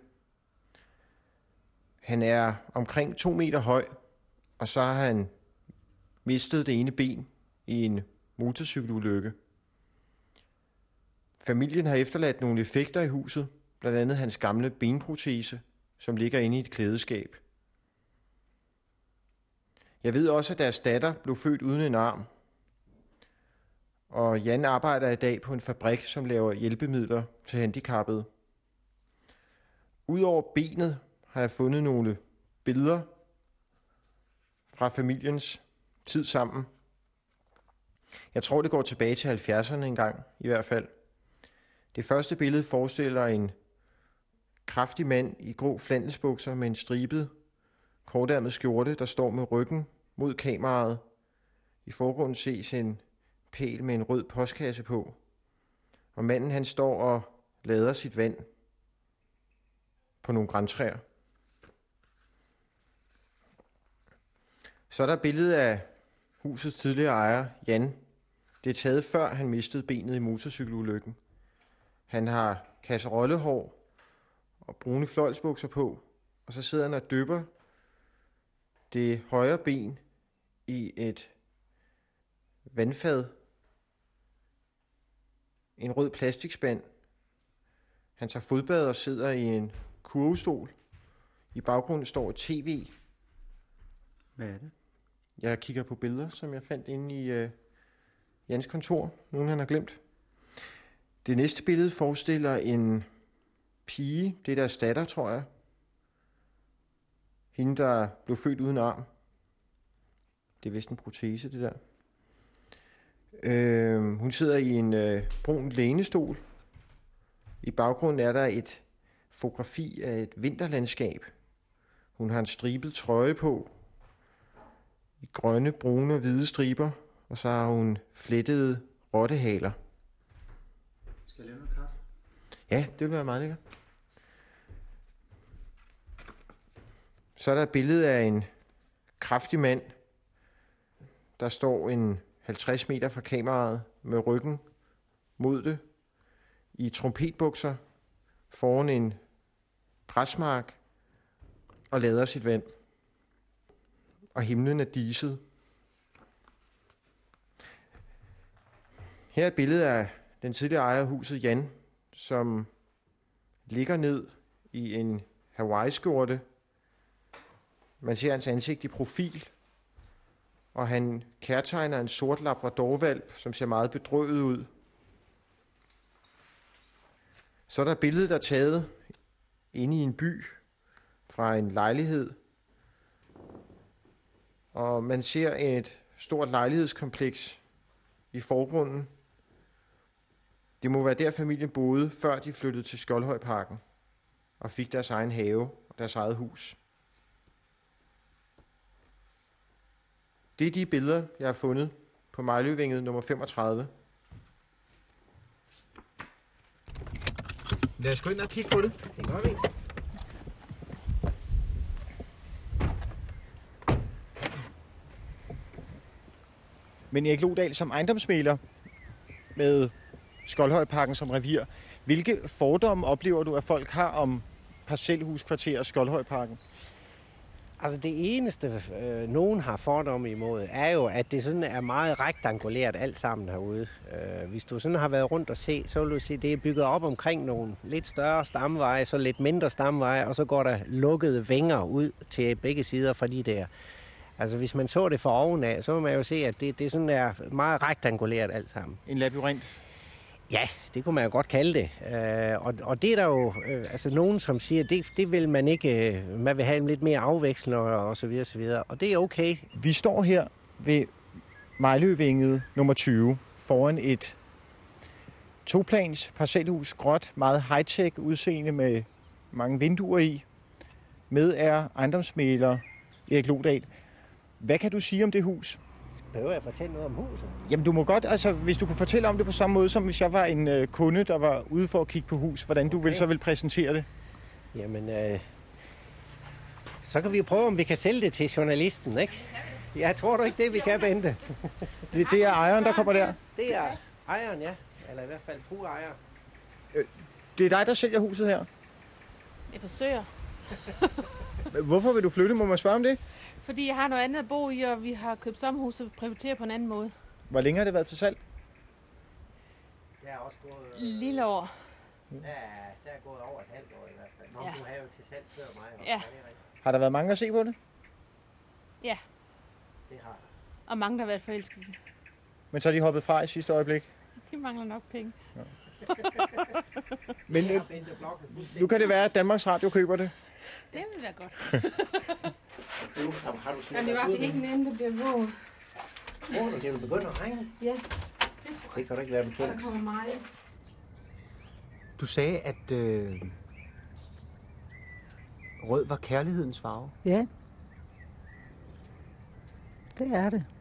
Han er omkring to meter høj, og så har han mistet det ene ben i en motorcykelulykke. Familien har efterladt nogle effekter i huset, blandt andet hans gamle benprotese, som ligger inde i et klædeskab. Jeg ved også, at deres datter blev født uden en arm, og Jan arbejder i dag på en fabrik, som laver hjælpemidler til handicappede. Udover benet har jeg fundet nogle billeder fra familiens tid sammen. Jeg tror, det går tilbage til halvfjerdserne engang, i hvert fald. Det første billede forestiller en kraftig mand i grå flandelsbukser med en stribet, kortærmet skjorte, der står med ryggen mod kameraet. I forgrunden ses en pæl med en rød postkasse på. Og manden han står og lader sit vand på nogle grantræer. Så er der billedet af husets tidligere ejer, Jan. Det er taget før han mistede benet i motorcykelulykken. Han har kasserollehår og brune fløjlsbukser på, og så sidder han og dypper det højre ben i et vandfad. En rød plastikspand. Han tager fodbad og sidder i en kurvestol. I baggrunden står et tv. Hvad er det? Jeg kigger på billeder, som jeg fandt inde i øh, Jans kontor. Nogen han har glemt. Det næste billede forestiller en pige. Det er deres datter, tror jeg. Hende, der blev født uden arm. Det er vist en protese, det der. Øh, hun sidder i en øh, brun lænestol. I baggrunden er der et fotografi af et vinterlandskab. Hun har en stribet trøje på, i grønne, brune og hvide striber, og så har hun flettede rottehaler. Skal jeg lave noget kaffe? Ja, det vil være meget lækkert. Så er der et billede af en kraftig mand, der står en halvtreds meter fra kameraet med ryggen mod det, i trompetbukser, foran en græsmark og lader sit vand. Og himlen er diset. Her er et billede af den tidligere ejer af huset, Jan, som ligger ned i en Hawaii-skjorte. Man ser hans ansigt i profil, og han kærtegner en sort labradorhvalp, som ser meget bedrøvet ud. Så er der et billede, der er taget inde i en by fra en lejlighed. Og man ser et stort lejlighedskompleks i forgrunden. Det må være der familien boede, før de flyttede til Skjoldhøjparken. og fik deres egen have og deres eget hus. Det er de billeder, jeg har fundet på Mejløvænget nummer femogtredive. Lad os gå ind og kigge på det. Det gør vi. Men Erik Lodal, som ejendomsmægler med Skoldhøjparken som revir, hvilke fordomme oplever du, at folk har om parcelhuskvarter og Skoldhøjparken? Altså det eneste, øh, nogen har fordomme imod, er jo, at det sådan er meget rektangulært alt sammen herude. Øh, hvis du sådan har været rundt og se, så vil du se, at det er bygget op omkring nogle lidt større stamveje, så lidt mindre stamveje, og så går der lukkede vinger ud til begge sider fra de der. Altså hvis man så det fra ovenaf, så må man jo se, at det, det sådan er meget rektangulært alt sammen. En labyrint? Ja, det kunne man jo godt kalde det. Øh, og, og det er der jo øh, altså nogen, som siger, at det, det vil man ikke. Øh, man vil have en lidt mere afvekslende og, og så videre, så videre. Og det er okay. Vi står her ved Mejløvænget nummer tyve foran et toplans parcelhus, gråt, meget high-tech udseende med mange vinduer i. Med er ejendomsmægler Erik Lodal. Hvad kan du sige om det hus? Behøver jeg fortælle noget om huset? Jamen du må godt, altså hvis du kunne fortælle om det på samme måde, som hvis jeg var en øh, kunde, der var ude for at kigge på hus, hvordan okay. du vil så vil præsentere det? Jamen, øh, så kan vi jo prøve, om vi kan sælge det til journalisten, ikke? Jeg tror du ikke det, vi kan, Bente? det, det er ejeren, der kommer der? Det er ejeren, ja. Eller i hvert fald fru ejer. Øh, det er dig, der sælger huset her? Jeg forsøger. Hvorfor vil du flytte? Må man spørge om det? Fordi jeg har noget andet at bo i, og vi har købt sommerhus og prioriterer på en anden måde. Hvor længe har det været til salg? Jeg er også gået... Øh... Lille år. Ja, der er gået over et halvt år i hvert fald. Nå, ja. Du har jo til salg før mig. Også. Ja. Har der været mange at se på det? Ja. Det har der. Og mange, der har været forelskede. Men så er de hoppet fra i sidste øjeblik? De mangler nok penge. Ja. Men øh, nu kan det være, at Danmarks Radio køber det. Det vil være godt. Du, har du Jamen, det var ikke en ende, der bliver våget. Tror du, det vil begynde at regne? Ja. Det, det kan du ikke være bekendt. Der kommer meget. Du sagde, at øh, rød var kærlighedens farve. Ja. Det er det.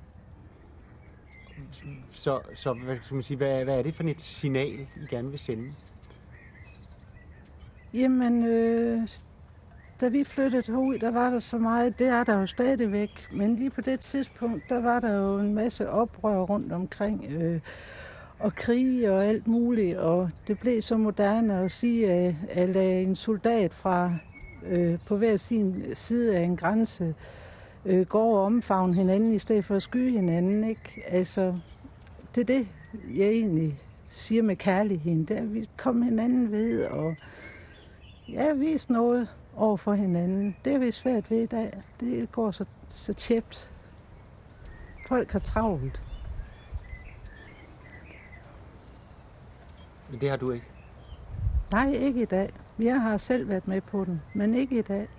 Så, så hvad, skal man sige, hvad, hvad er det for et signal, I gerne vil sende? Jamen, øh, da vi flyttede herud, der var der så meget, det er der jo stadigvæk, men lige på det tidspunkt, der var der jo en masse oprør rundt omkring, øh, og krige og alt muligt, og det blev så moderne at sige, at, at lade en soldat fra øh, på hver sin side af en grænse øh, gå og omfavne hinanden, i stedet for at skyde hinanden, ikke? Altså, det er det, jeg egentlig siger med kærligheden, det er, at vi kommer hinanden ved, og ja, vise noget over for hinanden. Det er vi svært ved i dag. Det går så, så tjept. Folk har travlt. Men det har du ikke? Nej, ikke i dag. Jeg har selv været med på den, men ikke i dag.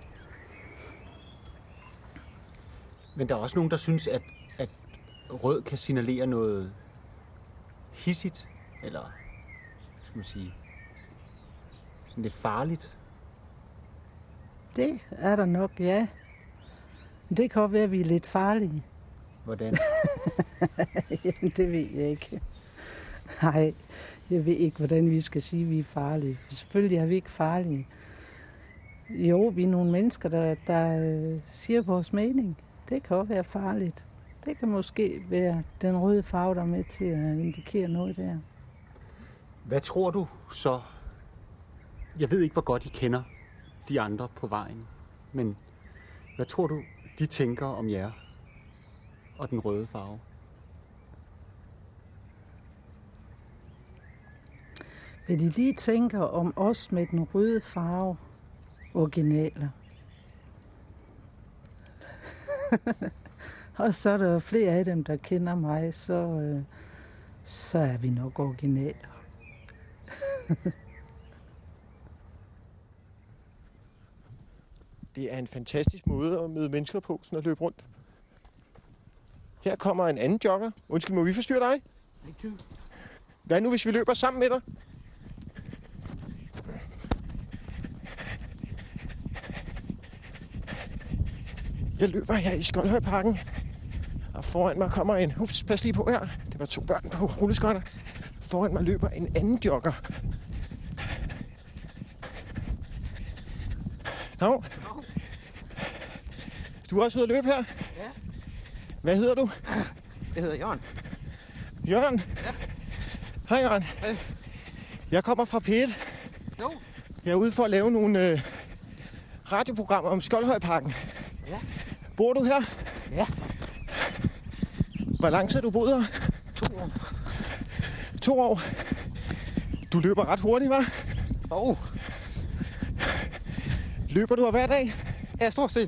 Men der er også nogen, der synes, at, at rød kan signalere noget hissigt, eller hvad skal man sige, sådan lidt farligt. Det er der nok, ja. Det kan også være, at vi er lidt farlige. Hvordan? Jamen, det ved jeg ikke. Nej, jeg ved ikke, hvordan vi skal sige, at vi er farlige. Selvfølgelig er vi ikke farlige. Jo, vi er nogle mennesker, der, der øh, siger vores mening. Det kan også være farligt. Det kan måske være den røde farve, der er med til at indikere noget der. Hvad tror du så? Jeg ved ikke, hvor godt I kender de andre på vejen, men hvad tror du, de tænker om jer og den røde farve? Hvad de lige tænker om os med den røde farve, originaler. Og så er der flere af dem, der kender mig, så, øh, så er vi nok originaler. Det er en fantastisk måde at møde mennesker på, sådan at løbe rundt. Her kommer en anden jogger. Undskyld, må vi forstyrre dig? Ikke. Hvad nu, hvis vi løber sammen med dig? Jeg løber her i Skjoldhøjparken, og foran mig kommer en... Ups, pas lige på her. Det var to børn på rulleskøjter. Foran mig løber en anden jogger. Nå. Du er også ude at løbe her? Ja. Hvad hedder du? Jeg hedder Jørgen. Jørgen? Ja. Hej Jørgen. Hej. Jeg kommer fra P et. Jo. Jeg er ude for at lave nogle øh, radioprogrammer om Skjoldhøjparken. Ja. Bor du her? Ja. Hvor lang tid har du boet her? To år. To år? Du løber ret hurtigt, hva'? Oh. Løber du her hver dag? Ja, stort set.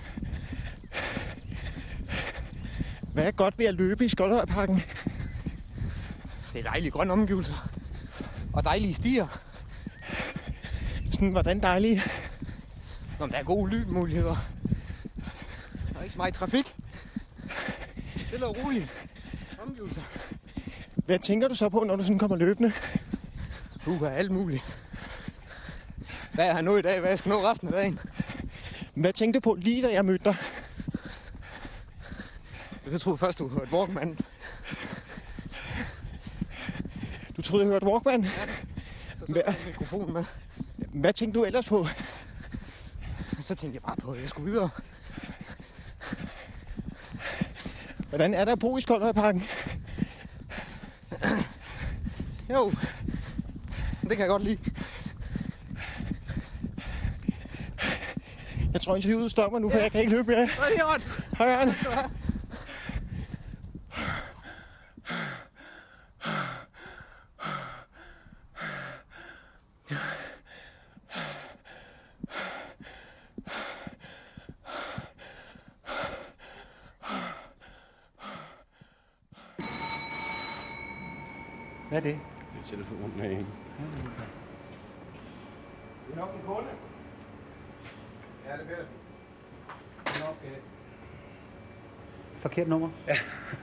Hvad er godt ved at løbe i Skjoldhøjparken? Det er dejlige grønne omgivelser. Og dejlige stier. Sådan, hvordan dejlige? Nå, der er gode lydmuligheder. Der er ikke så meget trafik. Det er roligt. Omgivelser. Hvad tænker du så på, når du sådan kommer løbende? Du har alt muligt. Hvad er jeg nu i dag? Hvad jeg skal nå resten af dagen? Hvad tænkte du på lige da jeg mødte dig? Jeg troede først, du hørte Walkman. Du troede, jeg hørte Walkman? Ja. Så Hvad? tog jeg mikrofonen med. Hvad tænkte du ellers på? Så tænkte jeg bare på, at jeg skulle videre. Hvordan er der at bo i Skjoldhøjparken? Jo, det kan jeg godt lide. Jeg tror, interviewet stopper nu, for ja. jeg kan ikke løbe mere. Det er Jørgen. Hej, Jørgen. Hvad er det? Det er telefonen herinde. Det er nok en kunde. Ja, det bliver det. Det er nok... Øh... Forkert nummer? Ja.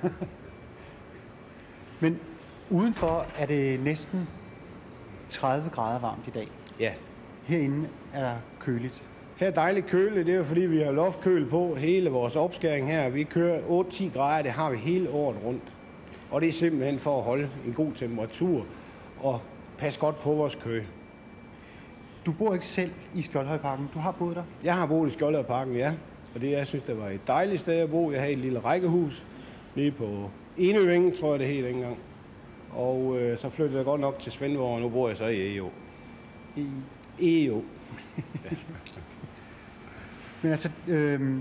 Men udenfor er det næsten tredive grader varmt i dag. Ja. Herinde er der køligt. Her er dejligt køligt, det er jo fordi, vi har loftkøl på hele vores opskæring her. Vi kører otte til ti grader, det har vi hele året rundt. Og det er simpelthen for at holde en god temperatur og passe godt på vores kø. Du bor ikke selv i Skjoldhøjparken, du har boet der? Jeg har boet i Skjoldhøjparken, ja. Og det, jeg synes, det var et dejligt sted at bo. Jeg havde et lille rækkehus nede på Enøvængen, tror jeg det hed dengang. Og øh, så flyttede jeg godt nok til Svendborg, og nu bor jeg så i E O. I E O. Ja. Men altså, øh,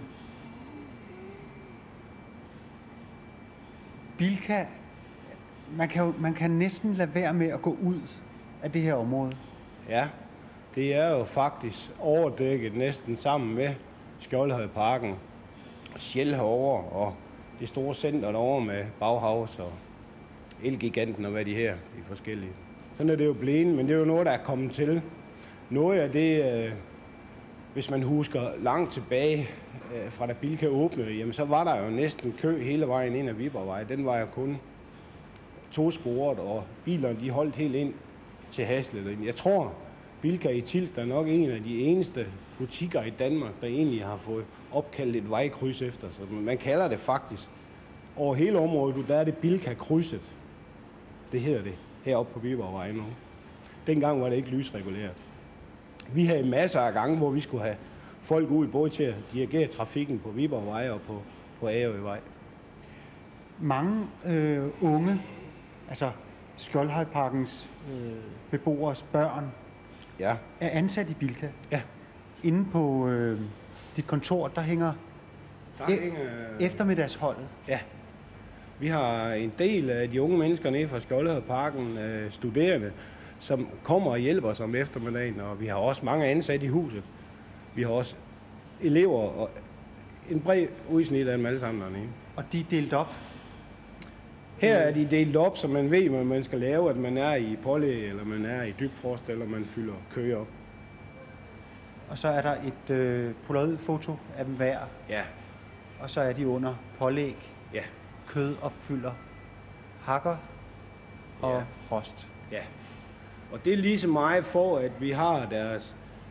Bilka, man kan, jo, man kan næsten lade være med at gå ud af det her område. Ja, det er jo faktisk overdækket næsten sammen med Skjoldhøjparken, Shell herovre og det store center derovre med Bauhaus og Elgiganten og hvad de her, de forskellige. Sådan er det jo blevet, men det er jo noget, der er kommet til. Noget af det, øh, hvis man husker langt tilbage øh, fra da Bilka åbnede, jamen så var der jo næsten kø hele vejen ind ad Viborgvej. Den var jo kun tosporet, og bilerne de holdt helt ind til Haslet. Jeg tror, Bilka i Tilst er nok en af de eneste butikker i Danmark, der egentlig har fået opkaldt et vejkryds efter. Så man kalder det faktisk. Over hele området, der er det Bilka-krydset. Det hedder det heroppe på Viborgvej nu. Dengang var det ikke lysreguleret. Vi havde masser af gange, hvor vi skulle have folk ud både til at dirigere trafikken på Viborgvej og på, på Ærøvej. Mange øh, unge, altså Skjoldhøjparkens øh, beboeres børn, ja. er ansat i Bilka. Ja. Inde på øh, dit kontor, der hænger, der e- hænger eftermiddagsholdet. Ja. Vi har en del af de unge mennesker nede fra Skjoldhøjparken, øh, studerende, som kommer og hjælper os om eftermiddagen, og vi har også mange ansatte i huset. Vi har også elever og en bred udsnit af dem alle sammen dernede. Og de er delt op? Her er de delt op, så man ved, hvad man skal lave, at man er i pålæg, eller man er i dybfrost, eller man fylder kø op. Og så er der et øh, polaroidfoto af dem hver. Ja. Og så er de under pålæg, ja. kød opfylder, hakker og ja. frost. Ja. Og det er lige så meget for, at vi har deres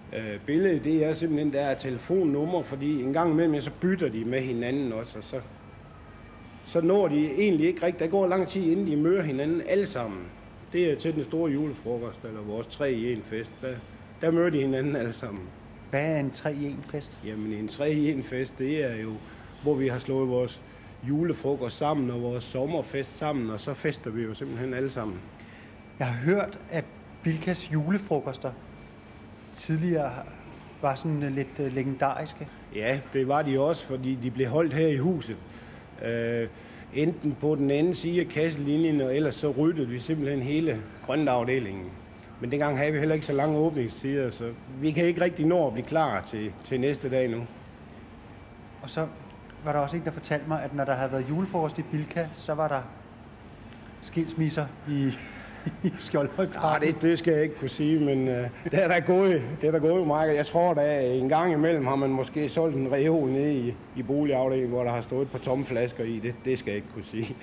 Øh, billedet, det er simpelthen, der er telefonnummer, fordi en gang imellem, så bytter de med hinanden også, og så, så når de egentlig ikke rigtigt. Der går lang tid, inden de møder hinanden alle sammen. Det er til den store julefrokost, eller vores tre i en fest. Der, der møder de hinanden alle sammen. Hvad er en tre i en fest? Jamen, en tre i en fest, det er jo, hvor vi har slået vores julefrokost sammen og vores sommerfest sammen, og så fester vi jo simpelthen alle sammen. Jeg har hørt, at Bilkas julefrokoster tidligere var sådan lidt legendariske. Ja, det var de også, fordi de blev holdt her i huset. Øh, enten på den anden side af kasselinjen, og ellers så ryddede vi simpelthen hele grøntafdelingen. Men dengang havde vi heller ikke så lange åbningstider, så vi kan ikke rigtig nå at blive klar til, til næste dag nu. Og så var der også en, der fortalte mig, at når der havde været julefrokost i Bilka, så var der skilsmisser i, i Skjoldhøjparken. Nej, det, det skal jeg ikke kunne sige, men uh, det er der gået, det er der gået meget. Jeg tror, at en gang imellem har man måske solgt en reol nede i, i boligafdelingen, hvor der har stået et par tomme flasker i. Det, det skal jeg ikke kunne sige.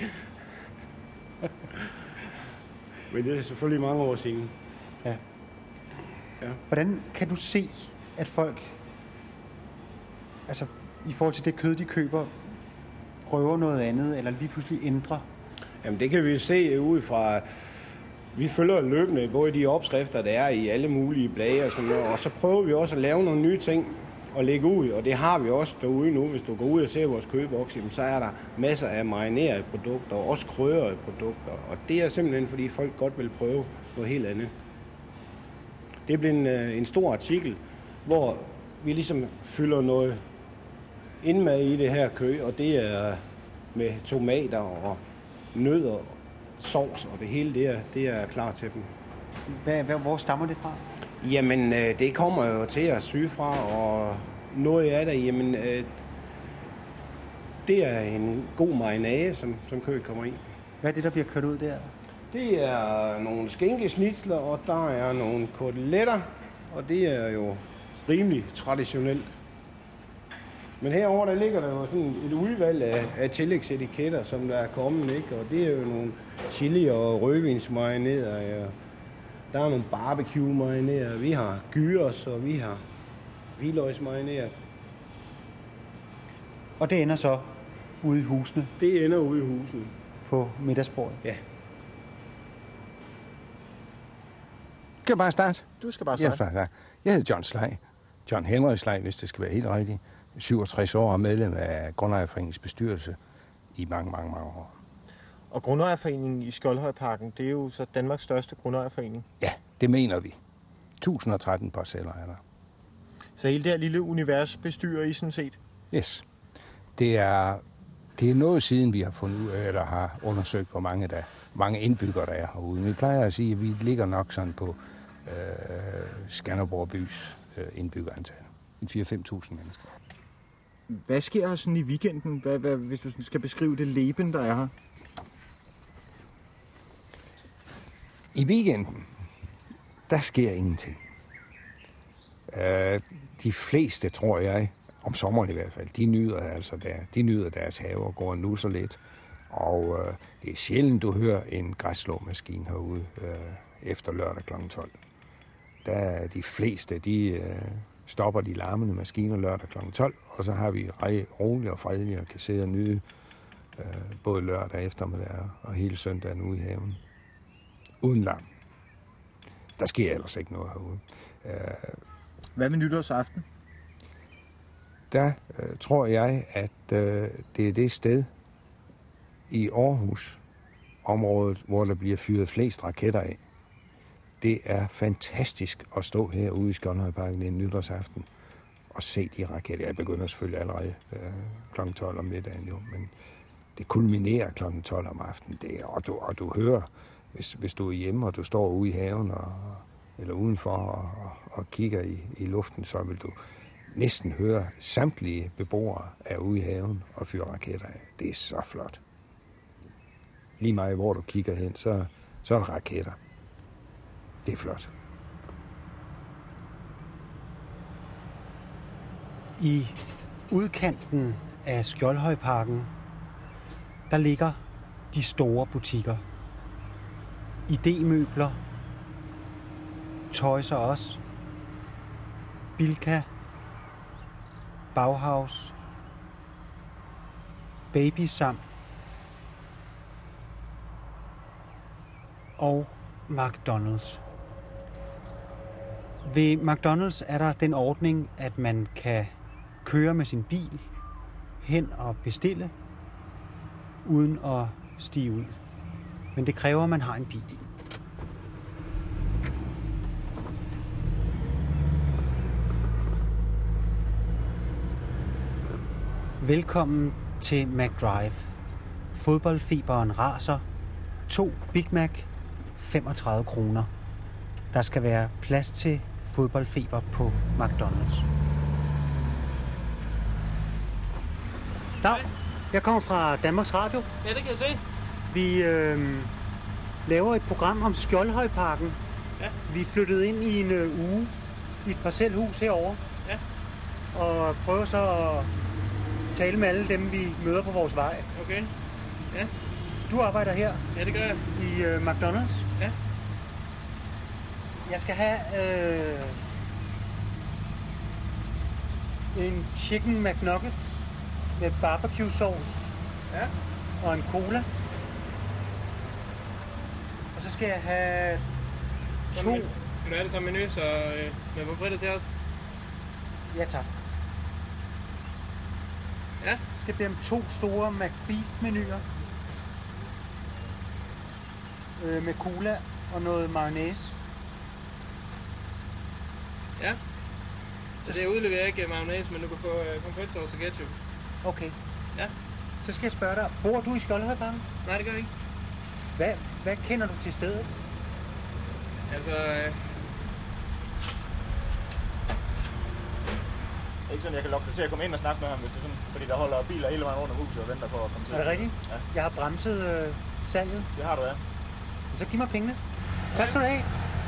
Men det er selvfølgelig mange år siden. Ja. Ja. Hvordan kan du se, at folk, altså i forhold til det kød, de køber, prøver noget andet, eller lige pludselig ændrer? Jamen det kan vi se ud fra, vi følger løbende både de opskrifter, der er i alle mulige blade og sådan noget, og så prøver vi også at lave nogle nye ting og lægge ud, og det har vi også derude nu. Hvis du går ud og ser vores kødeboks, så er der masser af marinerede produkter og også krydrede produkter, og det er simpelthen fordi folk godt vil prøve noget helt andet. Det bliver en, en stor artikel, hvor vi ligesom fylder noget indmad i det her kød, og det er med tomater og nødder, sovs og det hele, det er, det er klar til dem. Hvad, hvad, hvor stammer det fra? Jamen, det kommer jo til at syge fra, og noget af det, jamen, det er en god marinade, som, som kødet kommer i. Hvad er det, der bliver kørt ud der? Det er nogle skinkesnitsler, og der er nogle koteletter, og det er jo rimelig traditionelt. Men herover der ligger der jo sådan et udvalg af, af tillægsetiketter, som der er kommet, ikke? Og det er jo nogle chili- og rødvinsmarinerede, ja. Der er nogle barbecue-marinerede, vi har gyros, og vi har hvidløgsmarineret. Og det ender så ude i husene? Det ender ude i husene. På middagsbordet? Ja. Skal jeg bare starte? Du skal bare starte. Jeg, jeg hedder John Slej. John Henry Slej, hvis det skal være helt rigtigt. syvogtres år og medlem af Grundejerforeningens bestyrelse i mange, mange, mange år. Og Grundejerforeningen i Skjoldhøjparken, det er jo så Danmarks største grundejerforening. Ja, det mener vi. tusind og tretten parceller er der. Så hele det her lille univers bestyrer I sådan set? Yes. Det er, det er noget siden, vi har fundet ud af, eller har undersøgt, hvor mange, der, mange indbyggere der er herude. Vi plejer at sige, at vi ligger nok sådan på øh, Skanderborg bys øh, indbyggerantal. En fire til fem tusind mennesker. Hvad sker her sådan i weekenden, hvad, hvad, hvis du skal beskrive det leben, der er her? I weekenden, der sker ingenting. Uh, de fleste, tror jeg, om sommeren i hvert fald, de nyder altså der, de nyder deres have og går nu så lidt. Og uh, det er sjældent, du hører en græsslåmaskine herude uh, efter lørdag klokken tolv. Der er de fleste, de uh, stopper de larmende maskiner lørdag klokken tolv, og så har vi roligt og fredeligt og kan sidde og nyde uh, både lørdag eftermiddag og hele søndagen ude i haven. Uden larm. Der sker ellers ikke noget herude. Uh, Hvad med nytårsaften? Der uh, tror jeg, at uh, det er det sted i Aarhus området, hvor der bliver fyret flest raketter af. Det er fantastisk at stå herude i Skjoldhøjparken en nytårsaften og se de raketter. Jeg begynder selvfølgelig allerede uh, klokken tolv om middagen, jo, men det kulminerer klokken tolv om aftenen. Det er, og, du, og du hører, hvis, hvis du er hjemme, og du står ude i haven og, eller udenfor og, og, og kigger i, i luften, så vil du næsten høre samtlige beboere er ude i haven og fyrer raketter af. Det er så flot. Lige meget hvor du kigger hen, så, så er der raketter. Det er flot. I udkanten af Skjoldhøjparken, der ligger de store butikker. I D-møbler, Toys R Us, Bilka, Bauhaus, Baby Sam og McDonald's. Ved McDonald's er der den ordning, at man kan køre med sin bil hen og bestille, uden at stige ud. Men det kræver, at man har en bil. Velkommen til McDrive. Fodboldfeberen raser. To Big Mac, femogtredive kroner. Der skal være plads til fodboldfeber på McDonald's. Dag, jeg kommer fra Danmarks Radio. Ja, det kan jeg se. Vi øh, laver et program om Skjoldhøjparken. Ja. Vi er flyttet ind i en øh, uge i et parcelhus herovre. Ja. Og prøver så at tale med alle dem, vi møder på vores vej. Okay. Ja. Du arbejder her? Ja, det gør jeg. I øh, McDonald's? Ja. Jeg skal have øh, en chicken McNuggets med barbecue sauce. Ja. Og en cola. Og så skal jeg have to... Skal du have det som menu, så øh, med pomfritter til os? Ja, tak. Ja. Så skal jeg bede om to store McFeast-menuer. Øh, med cola og noget mayonnaise. Ja. Så det udleverer ikke mayonnaise, men du kan få øh, pomfritsauce og ketchup. Okay. Ja. Så skal jeg spørge dig, bor du i Skjoldhøjparken? Nej, det gør jeg ikke. Hvad, hvad kender du til stedet? Altså... Øh... Det er ikke sådan, jeg kan lokke dig til at komme ind og snakke med ham, hvis det er sådan, fordi der holder biler hele vejen rundt om huset og venter på at komme til. Er det rigtigt? Ja. Jeg har bremset øh, salget. Det har du, ja. Så giv mig pengene. Tak skal du have.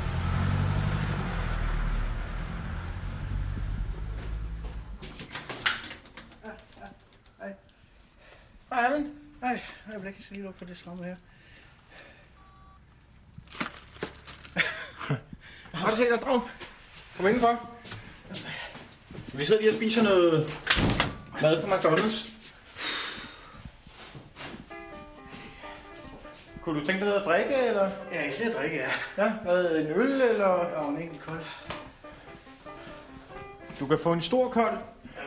Hej, Allen. Hej, jeg vil ikke lige lukke for det slamme her. Har du set dig, Drag? Kom indenfor. Vi sidder lige og spiser noget mad fra McDonald's. Kunne du tænke dig noget at drikke, eller? Ja, jeg ser at drikke, ja. Ja, hvad, en øl, eller? Og en enkelt kold. Du kan få en stor kold.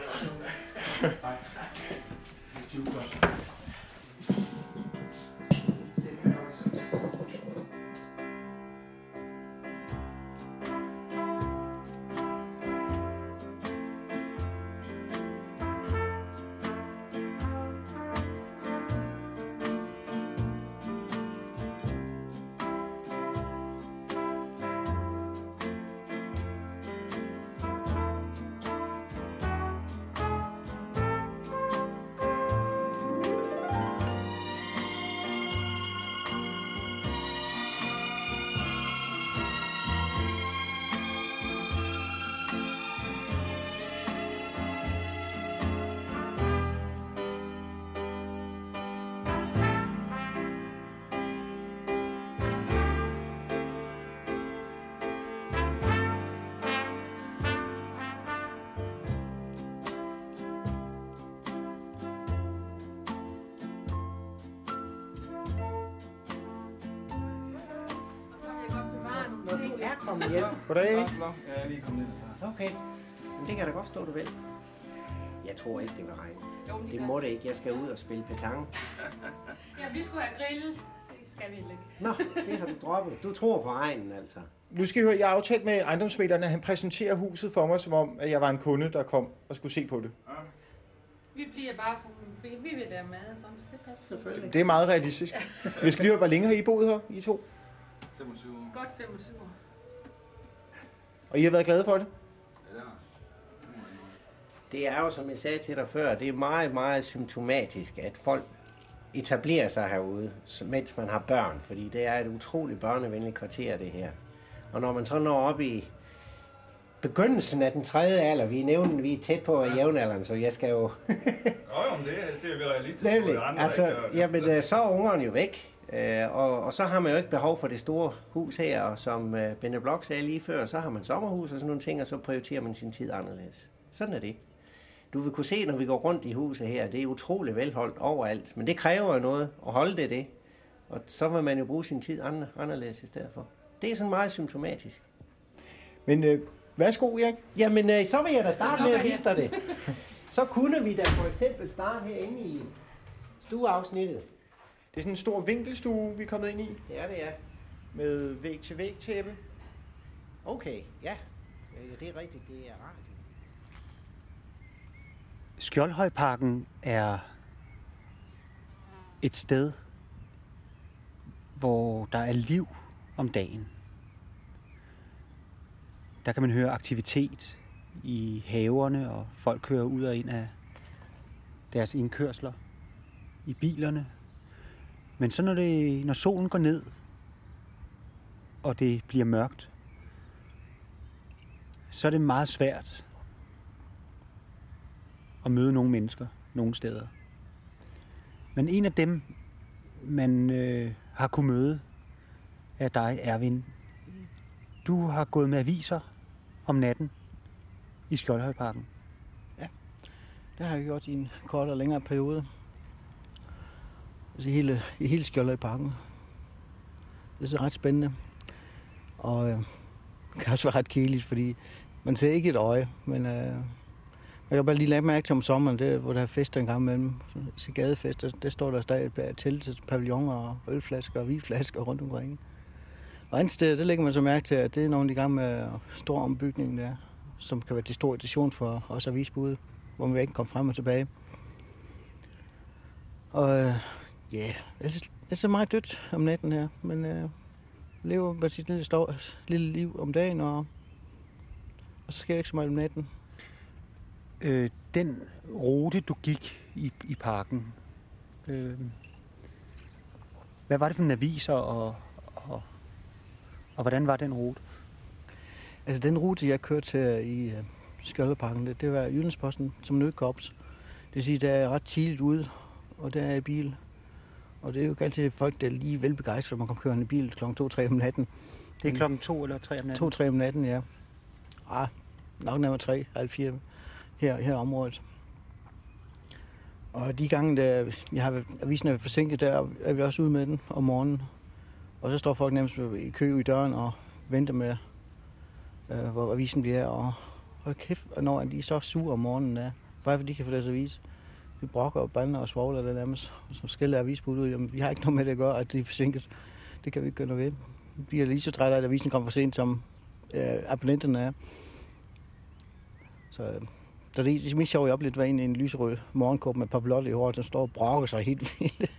Er kommet hjem. Goddag. Ja, jeg er lige kommet ind. Okay, men det kan da godt stå, du vel. Jeg tror ikke, det vil regne. Det må det ikke. Jeg skal ud og spille petanque. Ja, vi skulle have grillet. Det skal vi ikke. Nå, det har du droppet. Du tror på regnen, altså. Nu skal I høre, jeg har aftalt med ejendomsmægleren, at han præsenterer huset for mig, som om at jeg var en kunde, der kom og skulle se på det. Vi bliver bare sådan, vi, vi vil der mad og sådan, så det passer selvfølgelig. Det er meget realistisk. Vi skal lige høre, hvor længe har I boet her, I to? femogtyve år. Godt femogtyve år. Og I har været glade for det? Det er jo, som jeg sagde til dig før, det er meget, meget symptomatisk, at folk etablerer sig herude, mens man har børn. Fordi det er et utroligt børnevenligt kvarter, det her. Og når man så når op i begyndelsen af den tredje alder, vi nævner, vi er tæt på ja. jævnalderen, så jeg skal jo... Nå jo, det ser vi realistisk Nemlig, på. Andre, altså, der ikke, jamen, så er ungerne jo væk. Øh, og, og så har man jo ikke behov for det store hus her, og som øh, Bente Blok sagde lige før, så har man sommerhus og sådan nogle ting, og så prioriterer man sin tid anderledes. Sådan er det. Du vil kunne se, når vi går rundt i huset her, det er utroligt velholdt overalt, men det kræver jo noget at holde det det, og så vil man jo bruge sin tid andre, anderledes i stedet for. Det er sådan meget symptomatisk. Men øh, værsgo, Erik. Jamen, øh, så vil jeg da starte med at vise dig det. Så kunne vi da for eksempel starte herinde i stueafsnittet. Det er sådan en stor vinkelstue, vi er kommet ind i. Ja, det er. Med væg-til-væg-tæppe. Okay, ja. Ja, det er rigtigt, det er rart. Skjoldhøjparken er et sted, hvor der er liv om dagen. Der kan man høre aktivitet i haverne, og folk kører ud og ind af deres indkørsler i bilerne. Men så når, det, når solen går ned, og det bliver mørkt, så er det meget svært at møde nogle mennesker nogle steder. Men en af dem, man øh, har kunnet møde, er dig, Erwin. Du har gået med aviser om natten i Skjoldhøjparken. Ja, det har jeg gjort i en kort og længere periode. Altså hele, i hele Skjoldhøjparken. Det er så ret spændende. Og øh, det kan også være ret kedeligt, fordi man ser ikke et øje, men øh, jeg kan bare lige lade mærke til om sommeren, det, hvor der er fester en gang imellem. Så gadefester, der står der stadig telt, pavilloner og ølflasker og vinflasker rundt omkring. Og andet sted, der lægger man så mærke til, at det er nogle af de gange med stor ombygning der, som kan være til stor edition for os avisbude, hvor man ikke kommer frem og tilbage. Og ja, yeah, det er så meget dødt om natten her, men øh, lever med sit lille, stor, lille liv om dagen, og, og så sker ikke så meget om natten. Øh, den rute, du gik i, i parken, øh, hvad var det for en aviser, og, og, og hvordan var den rute? Altså den rute, jeg kørte til i uh, Skjoldhøjparken, det, det var Jyllandsposten som nødkorps. Det vil sige, der er ret tidligt ude, og der er i bil. Og det er jo ikke altid folk, der er lige velbegejstret, at man kan køre i bil klokken to tre om natten. Det er klokken to eller tre om natten? to tre om natten, ja. Ah, nok nærmere tre, halv fire her, her i området. Og de gange, der jeg har avisen er forsinket, der er vi også ude med den om morgenen. Og så står folk nærmest i kø i døren og venter med, øh, hvor avisen bliver. Og hold kæft, og når de er så sure om morgenen, der, bare fordi de kan få deres avis. Vi brokker og bander og svogler der nærmest, som skælder avisbud ud. Jamen, vi har ikke noget med det at gøre, at de er forsinket. Det kan vi ikke gøre noget ved. Vi bliver lige så trætte af, at avisen kommer for sent, som øh, abonnenterne er. Så øh, det er det mest sjovt, jeg oplevede, var en, en lyserød morgenkåb med papillotte i håret, som står og brokker sig helt vildt.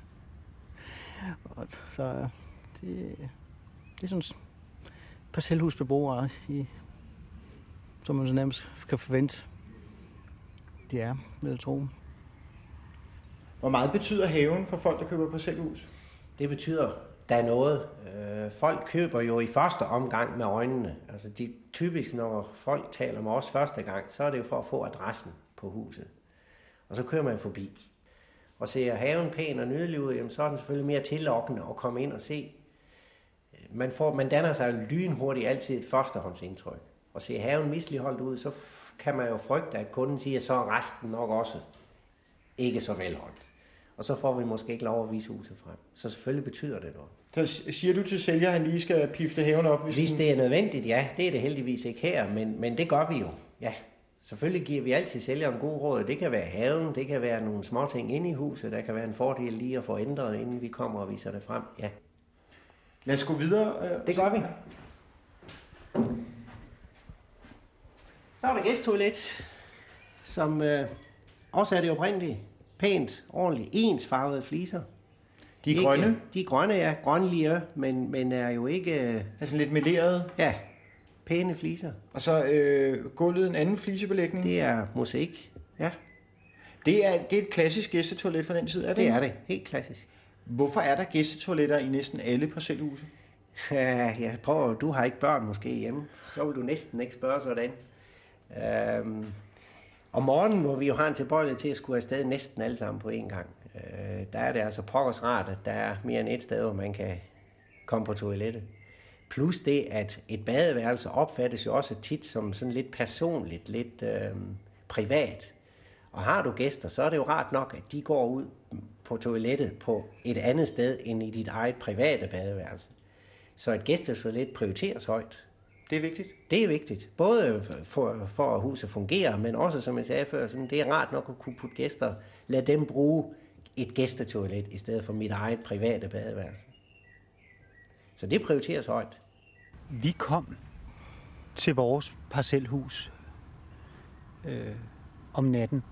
Og så øh, det, det er sådan et parcelhusbeboere, i, som man så nærmest kan forvente. Det er, vil jeg tro. Hvor meget betyder haven for folk, der køber parcelhus? Det betyder, der er noget. Øh, folk køber jo i første omgang med øjnene. Altså de, typisk, når folk taler med os første gang, så er det jo for at få adressen på huset. Og så kører man forbi. Og ser haven pæn og nydelig ud, jamen, så er den selvfølgelig mere tillokkende at komme ind og se. Man, får, man danner sig lynhurtigt altid et førstehåndsindtryk. Og ser haven misligholdt ud, så kan man jo frygte, at kunden siger, så er resten nok også ikke så velholdt. Og så får vi måske ikke lov at vise huset frem. Så selvfølgelig betyder det noget. Så siger du til sælger, at han lige skal pifte haven op? Hvis, hvis det er nødvendigt, ja. Det er det heldigvis ikke her, men, men det gør vi jo. Ja. Selvfølgelig giver vi altid sælgeren gode råd. Det kan være haven, det kan være nogle små ting inde i huset. Der kan være en fordel lige at få ændret, inden vi kommer og viser det frem. Ja. Lad os gå videre. Det gør vi. Så er der gæsttoilet, som øh, også er det oprindelige. Pænt, ordentligt, ensfarvede fliser. De er ikke, grønne? De er grønne, ja. Grønlige, men, men er jo ikke... Altså lidt melerede? Ja, pæne fliser. Og så øh, gulvet en anden flisebelægning? Det er mosaik, ja. Det er, det er et klassisk gæstetoilet fra den tid, er det? Det er det, helt klassisk. Hvorfor er der gæstetoiletter i næsten alle parcelhuse? Ja, jeg prøver, du har ikke børn måske hjemme, så vil du næsten ikke spørge sådan. Øhm, om morgenen, hvor vi jo har en tilbøjelighed til at skulle afsted næsten alle sammen på én gang. Øh, der er det altså pokkers rart, at der er mere end et sted, hvor man kan komme på toilettet. Plus det, at et badeværelse opfattes jo også tit som sådan lidt personligt, lidt øh, privat. Og har du gæster, så er det jo rart nok, at de går ud på toilettet på et andet sted end i dit eget private badeværelse. Så et gæstetoilet prioriteres højt. Det er vigtigt? Det er vigtigt. Både for, for at huset fungerer, men også, som jeg sagde før, sådan, det er rart nok at kunne putte gæster. Lad dem bruge et gæstetoilet i stedet for mit eget private badeværelse. Så det prioriteres højt. Vi kom til vores parcelhus øh, om natten.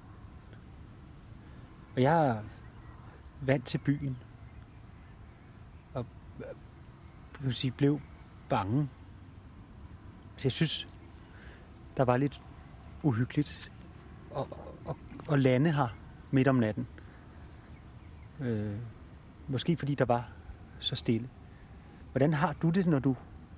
Og jeg er vant til byen. Og jeg kan sige, blev bange. Så jeg synes, der var lidt uhyggeligt at, at, at lande her midt om natten. Øh, måske fordi der var så stille. Hvordan har du det, når du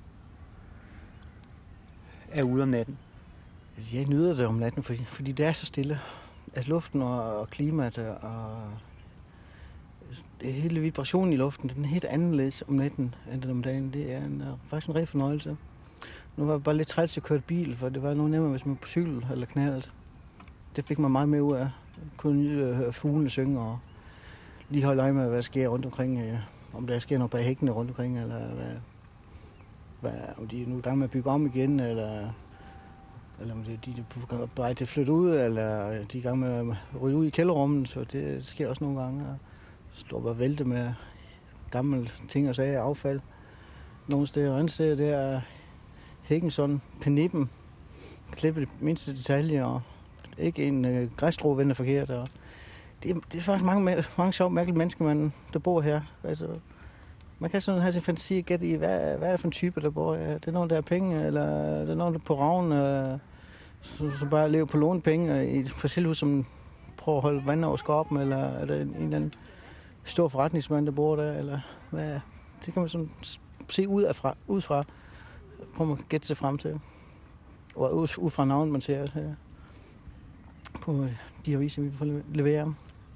er ude om natten? Jeg nyder det om natten, fordi, fordi det er så stille. At luften og, og klimaet og det hele vibrationen i luften, den er helt anderledes om natten end om dagen. Det er en, faktisk en rigtig fornøjelse. Nu var jeg bare lidt træt til at køre bil, for det var noget nemmere, hvis man var på cykel eller knallet. Det fik man meget mere ud af. Jeg kunne nyde at høre fuglene synge og lige holde øje med, hvad der sker rundt omkring. Om der sker noget bag hækkene rundt omkring, eller hvad, hvad, om de er nu i gang med at bygge om igen, eller, eller om de, de er på vej til at flytte ud, eller de er i gang med at ryge ud i kælderrummet, så det sker også nogle gange. Jeg står bare og vælte med gamle ting og sager, affald. Nogle steder og andre steder, der er hækken sådan, penippen, klippet de mindste detaljer, og ikke en øh, græsstrå vender forkert. Og det, er, det er faktisk mange, mange sjove, mærkelige mennesker, man, der bor her. Altså, man kan sådan have sin fantasi og gætte i, hvad, hvad er det for en type, der bor her. Det er nogen, der har penge, eller det er nogen, der er på raven, øh, som, som bare lever på lånte penge i et parcelhus, som prøver at holde vand over skorpen, eller er der en, en eller anden stor forretningsmand, der bor der, eller hvad. Det kan man sådan se ud, af fra, ud fra. Prøv at gætte sig frem til. Og ud, ud fra navnet, man ser her på de aviser, vi får levere.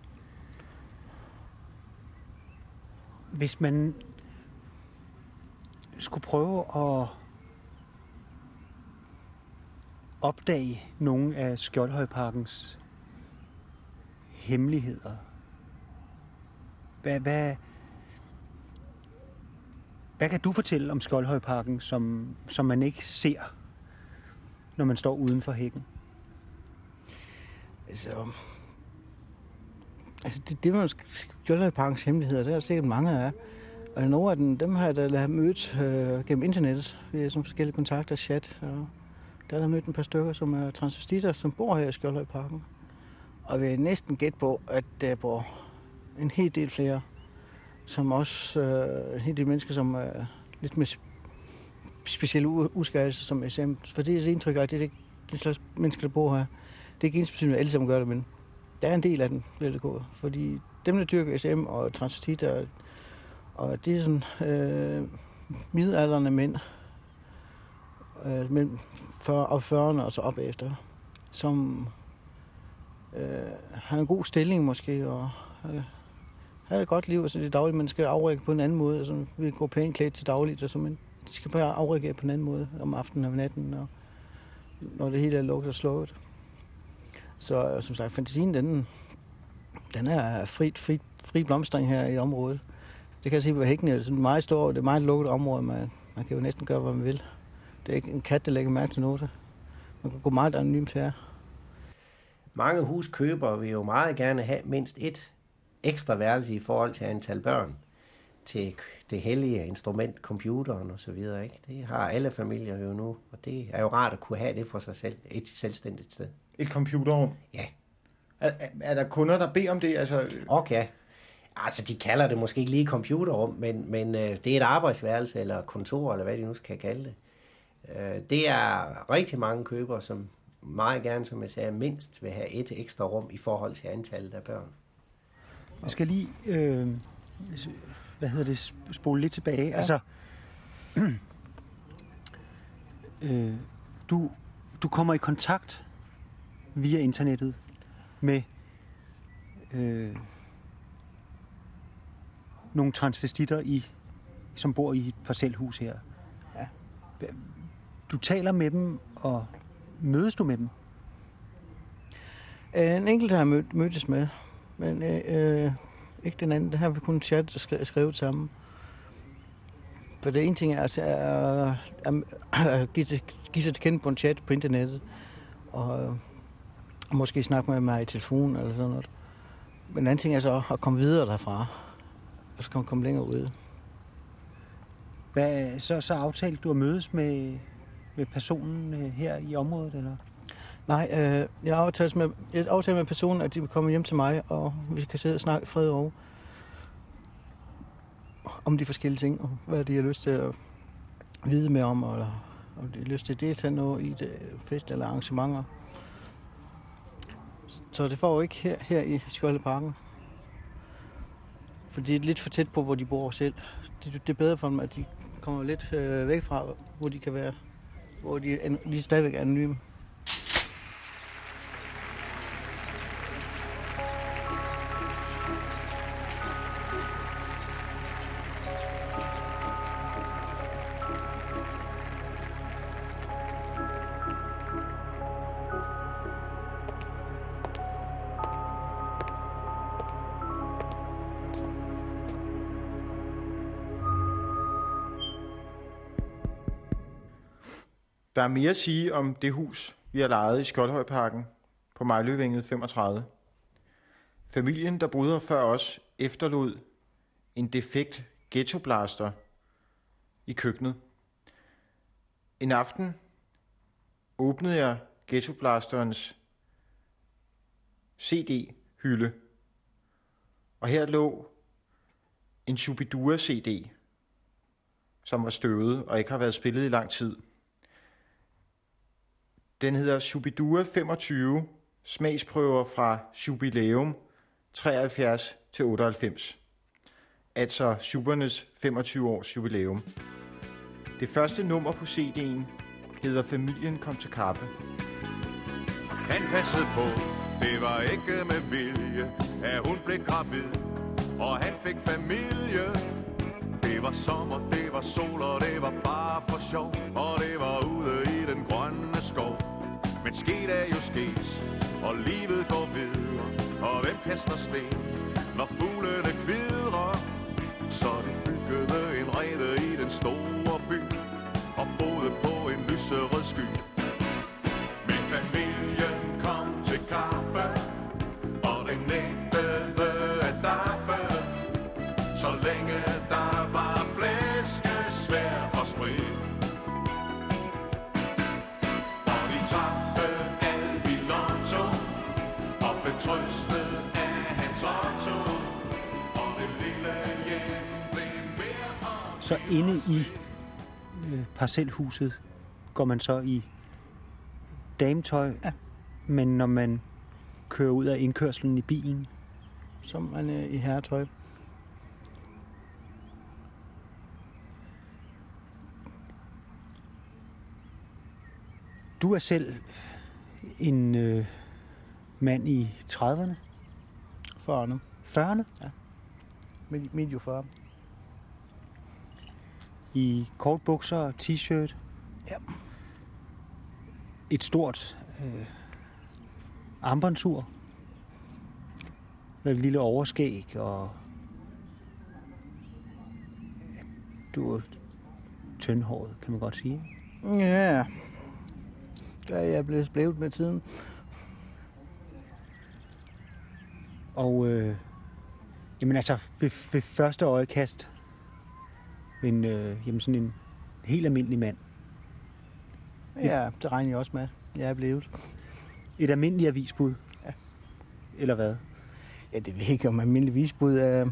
Hvis man skulle prøve at opdage nogle af Skjoldhøjparkens hemmeligheder, hvad, hvad, hvad kan du fortælle om Skjoldhøjparken, som, som man ikke ser, når man står uden for hækken? Altså, altså det, det var Skjoldhøjparkens hemmeligheder, det er der sikkert mange af. Og nogle af dem, dem har jeg da mødt øh, gennem internettet, via sådan forskellige kontakter, chat. Og der har jeg mødt en par stykker, som er transvestitter, som bor her i Skjoldhøjparken. Og vi er næsten gæt på, at der bor en hel del flere, som også øh, en hel del mennesker, som er lidt mere specielle udskærelser som S M. For det er et indtryk af, at det er de slags mennesker, der bor her. Det er ikke ensbetydende, at alle sammen gør det, men der er en del af den, vil det gå. Fordi dem, der dyrker S M og transvestitter, og det er sådan øh, midaldrende mænd, øh, mellem fyrre og fyrrerne og så op efter, som øh, har en god stilling måske, og øh, har et godt liv, og så det daglige, man skal afreagere på en anden måde, altså vi går pænt klædt til dagligt, og så man skal bare afreagere på en anden måde om aftenen og natten, og når det hele er lukket og slået. Så som sagt, fantasien, den, den er frit, frit, fri blomstring her i området. Det kan jeg se på hækken, det er meget stort, det er meget lukket område, man, man kan jo næsten gøre, hvad man vil. Det er ikke en kat, der lægger mærke til noget. Man kan gå meget anonymt her. Mange huskøbere vil jo meget gerne have mindst et ekstra værelse i forhold til antal børn til det hellige instrument, computeren og så videre, ikke? Det har alle familier jo nu, og det er jo rart at kunne have det for sig selv, et selvstændigt sted. Et computerrum? Ja. Er, er, er der kunder, der beder om det? Altså... Okay. Altså, de kalder det måske ikke lige computerrum, men, men øh, det er et arbejdsværelse eller kontor, eller hvad de nu skal kalde det. Øh, det er rigtig mange købere, som meget gerne, som jeg sagde, mindst vil have et ekstra rum i forhold til antallet af børn. Jeg skal lige, øh, hvad hedder det, spole lidt tilbage. Ja. Altså, øh, du, du kommer i kontakt via internettet med, øh, nogle transvestitter, i, som bor i et parcelhus her. Ja. Du taler med dem, og mødes du med dem? En enkelt har jeg mød, mødtes med, men øh, øh, ikke den anden. Der har vi kun chat og skrevet, skrevet sammen. For det ene ting er altså at, at, at give, give sig til kende på en chat på internettet, og, og måske snakke med mig i telefonen eller sådan noget. Men den anden ting er så at komme videre derfra, og så kan man komme længere ud. Hvad, så, så aftalte du at mødes med, med personen her i området, eller? Nej, øh, jeg aftalte med, jeg aftalte med personen, at de vil komme hjem til mig, og vi kan sidde og snakke fred over om de forskellige ting, og hvad de har lyst til at vide mere om, eller om de har lyst til at deltage noget i det, fest eller arrangementer. Så det får jo ikke her, her i Skjoldeparken. For det er lidt for tæt på, hvor de bor selv. Det, det er bedre for dem, at de kommer lidt øh, væk fra, hvor de kan være, hvor de, de er stadigvæk anonyme. Der er mere at sige om det hus, vi har lejet i Skjoldhøjparken på Mejløvænget femogtredive. Familien, der boede her før os, efterlod en defekt ghettoblaster i køkkenet. En aften åbnede jeg ghettoblasterens C D-hylde, og her lå en Shubidua C D, som var støvet og ikke har været spillet i lang tid. Den hedder Shubidua femogtyve, smagsprøver fra Jubilæum treoghalvfjerds til otteoghalvfems. Altså Schubernes femogtyve års jubilæum. Det første nummer på C D'en hedder Familien kom til kaffe. Han passede på, det var ikke med vilje, at hun blev gravid, og han fik familie. Det var sommer, det var sol, og det var bare for sjov, og det var ude i den grønne skov. Men sket er jo sket, og livet går videre, og hvem kaster sten, når fuglene kvidrer? Så de byggede en rede i den store by, og boede på en lyserød sky. Men familien kom til kaffe, og det nægtede at daffe, så længe der var flæskesvær og sprit. Og de tabte alt i lotto, og blev trøstet af hans otto, og det lille hjem blev mere og Så inde i øh, parcelhuset går man så i dametøj, ja. Men når man kører ud af indkørslen i bilen, så er man øh, i herretøj. Du er selv en øh, mand i trediverne? fyrrerne. fyrrerne? Ja. Medio fyrre. I kortbukser og t-shirt? Ja. Et stort øh, armbåndsur? Med et lille overskæg og... Du er tyndhåret, kan man godt sige. Ja. Der er jeg blevet blevet med tiden. Og øh, jamen altså, ved, ved første øjekast, en, øh, jamen sådan en helt almindelig mand. Ja, det regner jeg også med. Jeg er blevet. Et almindeligt avisbud? Ja. Eller hvad? Ja, det ved jeg ikke om almindeligt avisbud er...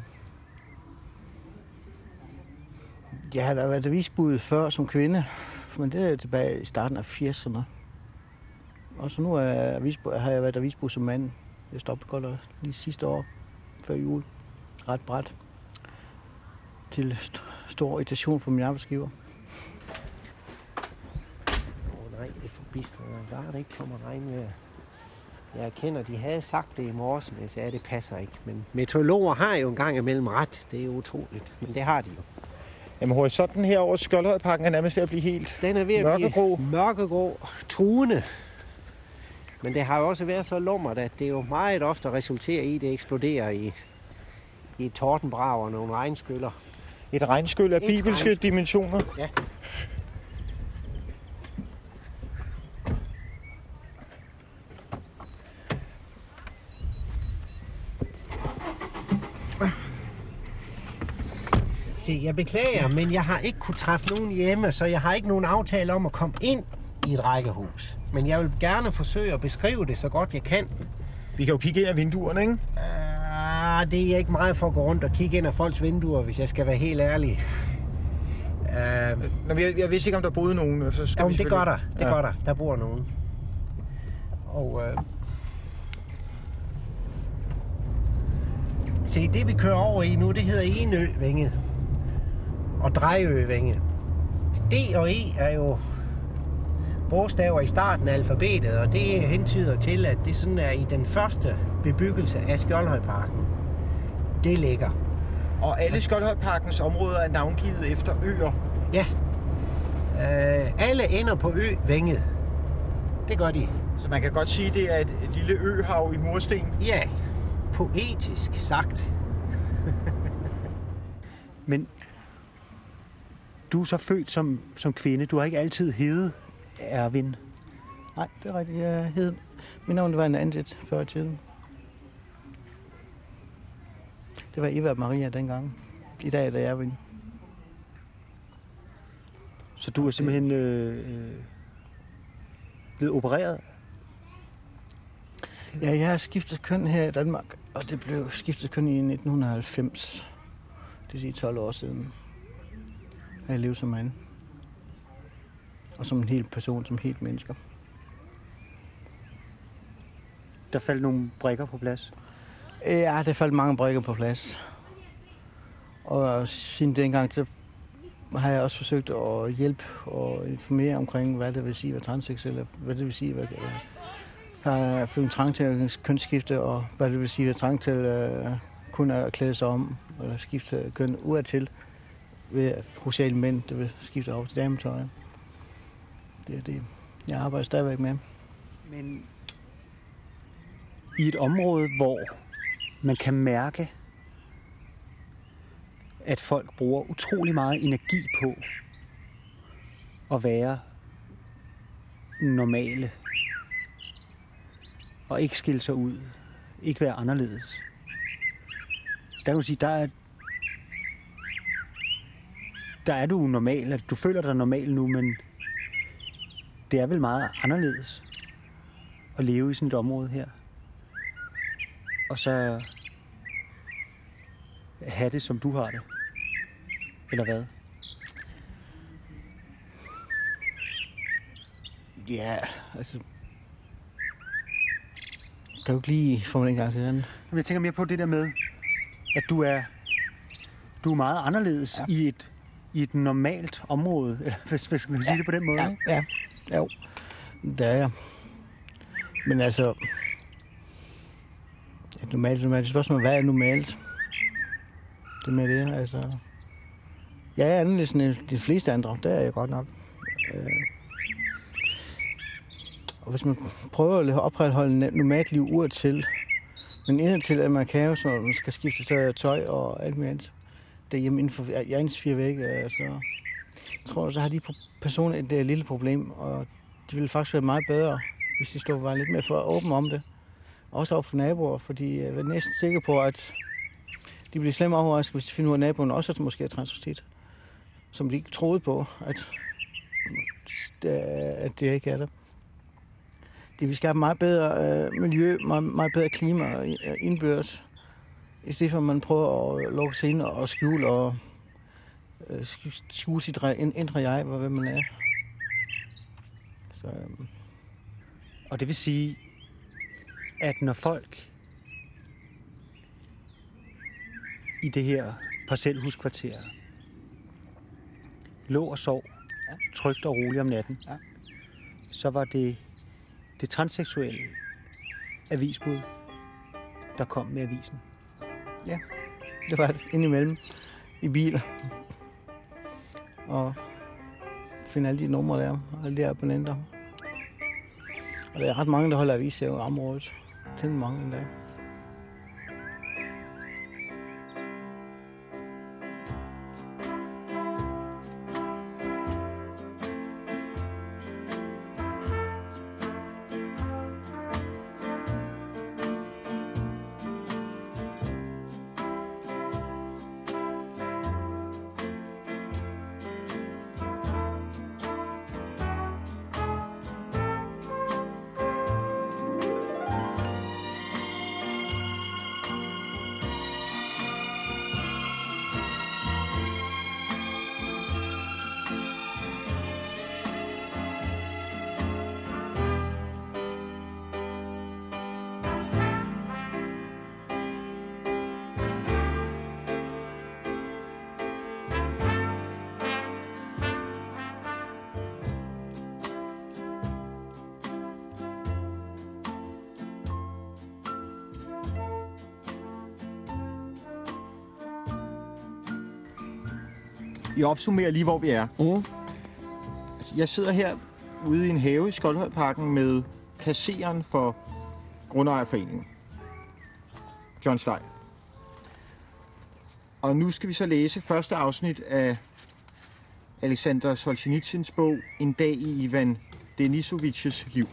Jeg har da været avisbud før som kvinde, men det er tilbage i starten af firserne. Og så nu er avisbud, har jeg været avisbud som mand. Jeg stoppede godt lige sidste år, før jul. Ret bræt. Til st- stor irritation for min arbejdsgiver. Åh oh, nej, det er for bistret. Bare det ikke kommer regn med. Jeg kender, de havde sagt det i morges, men jeg sagde, at det passer ikke. Men meteorologer har jo en gang imellem ret. Det er jo utroligt, men det har de jo. Jamen horisonten her over Skjoldhøjparken er nærmest ved at blive helt Den er ved at mørkegrå. blive mørkegrå, truende. Men det har jo også været så lummert, at det jo meget ofte resulterer i, at det eksploderer i, i et tordenbrag og nogle regnskyller. Et regnskyld af Et bibelske regnskyld. dimensioner. Ja. Se, jeg beklager, men jeg har ikke kunne træffe nogen hjemme, så jeg har ikke nogen aftale om at komme ind i et rækkehus. Men jeg vil gerne forsøge at beskrive det så godt jeg kan. Vi kan jo kigge ind ad vinduerne, ikke? Uh, det er ikke meget for at gå rundt og kigge ind ad folks vinduer, hvis jeg skal være helt ærlig. Uh, Nå, jeg, jeg vidste ikke, om der boede nogen. Så skal jo, vi det gør der. Det ja. gør der. Der bor nogen. Og uh, se, det vi kører over i nu, det hedder Enøvænge og Drejøvænge. D og E er jo bogstaver i starten af alfabetet, og det hentyder til, at det sådan er i den første bebyggelse af Skjoldhøjparken. Det ligger. Og alle Skjoldhøjparkens områder er navngivet efter øer. Ja. Øh, alle ender på Øvænget. Det gør de. Så man kan godt sige, at det er et, et lille øhav i mursten. Ja, poetisk sagt. Men du er så født som, som kvinde. Du har ikke altid heddet Ervin. Nej, det er rigtigt. Jeg hed... Min navn var en andet før i tiden. Det var Eva Maria dengang. I dag er det Ervin. Så du er simpelthen øh, øh, blevet opereret? Ja, jeg har skiftet køn her i Danmark, og det blev skiftet køn i nitten halvfems. Det vil sige tolv år siden. Jeg levet som mand. Og som en hel person, som helt mennesker. Der faldt nogle brikker på plads? Ja, der faldt mange brikker på plads. Og siden dengang, så har jeg også forsøgt at hjælpe og informere omkring, hvad det vil sige at være transseksuel, hvad det vil sige at have følt trang til at kønsskifte, og hvad det vil sige at være trang til at kun at klæde sig om, eller skifte køn udadtil, ved hos alle mænd, der vil skifte over til dametøj. Det er det, jeg arbejder stadigvæk med. Men i et område, hvor man kan mærke, at folk bruger utrolig meget energi på at være normale og ikke skille sig ud, ikke være anderledes. Der kan du sige, der er, der er du normal, at du føler dig normal nu, men det er vel meget anderledes at leve i sådan et område her. Og så have det, som du har det. Eller hvad? Ja, altså... Kan du ikke lige få mig en gang til den? Jeg tænker mere på det der med, at du er, du er meget anderledes ja. i, et, i et normalt område. Eller hvis, hvis man kan sige ja. det på den måde. Ja, ikke? ja. Jo, det er jeg. Men altså... Et normalt, normalt spørgsmål, hvad er normalt? Det med det, altså... Jeg er anderledes end de fleste andre, det er jeg godt nok. Øh... Og hvis man prøver at opretholde et normalt liv udadtil, men indadtil, at man kan jo, så man skal skifte til tøj og alt muligt derhjemme inden for jegens fire vægge, altså... Jeg tror, så har de personer et, et lille problem, og de ville faktisk være meget bedre, hvis de stod bare lidt mere for åbne om det. Også over for naboer, fordi jeg er næsten sikker på, at de bliver slemme overrasket, hvis de finder ud af, at naboen også er måske er transvestit. Som de ikke troede på, at, at det ikke er der. De vil skabe meget bedre øh, miljø, meget, meget bedre klima indbyrdes. I stedet for, at man prøver at lukke sig ind og skjule og øh, skjule sit indre jeg, hvad man er. Så, øh. Og det vil sige, at når folk i det her parcelhuskvarter lå og sov ja. trygt og roligt om natten, ja. så var det det transseksuelle avisbud, der kom med avisen. Ja, det var det indimellem i biler. Og finde alle de numre der, alle de abonnenter. Og der er ret mange, der holder aviser i området. Til mange endda. I opsummerer lige, hvor vi er. Mm. Jeg sidder her ude i en have i Skoldhøjparken med kasseren for Grundejerforeningen, John Stey. Og nu skal vi så læse første afsnit af Alexander Solzhenitsyns bog En dag i Ivan Denisovitches liv.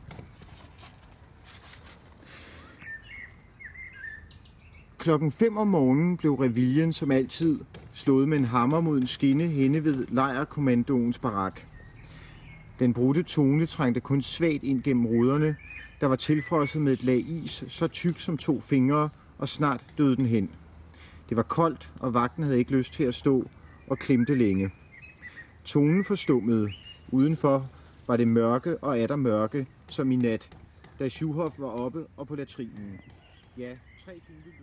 Klokken fem om morgenen blev reviljen som altid slået med en hammer mod en skinne henne ved lejrkommandoens barak. Den brudte tone trængte kun svagt ind gennem ruderne, der var tilfrosset med et lag is så tyk som to fingre, og snart døde den hen. Det var koldt, og vagten havde ikke lyst til at stå og klemte længe. Tonen forstummede. Udenfor var det mørke og atter mørke, som i nat, da Sjuhoff var oppe og på latrinen. Ja, tre gule løb.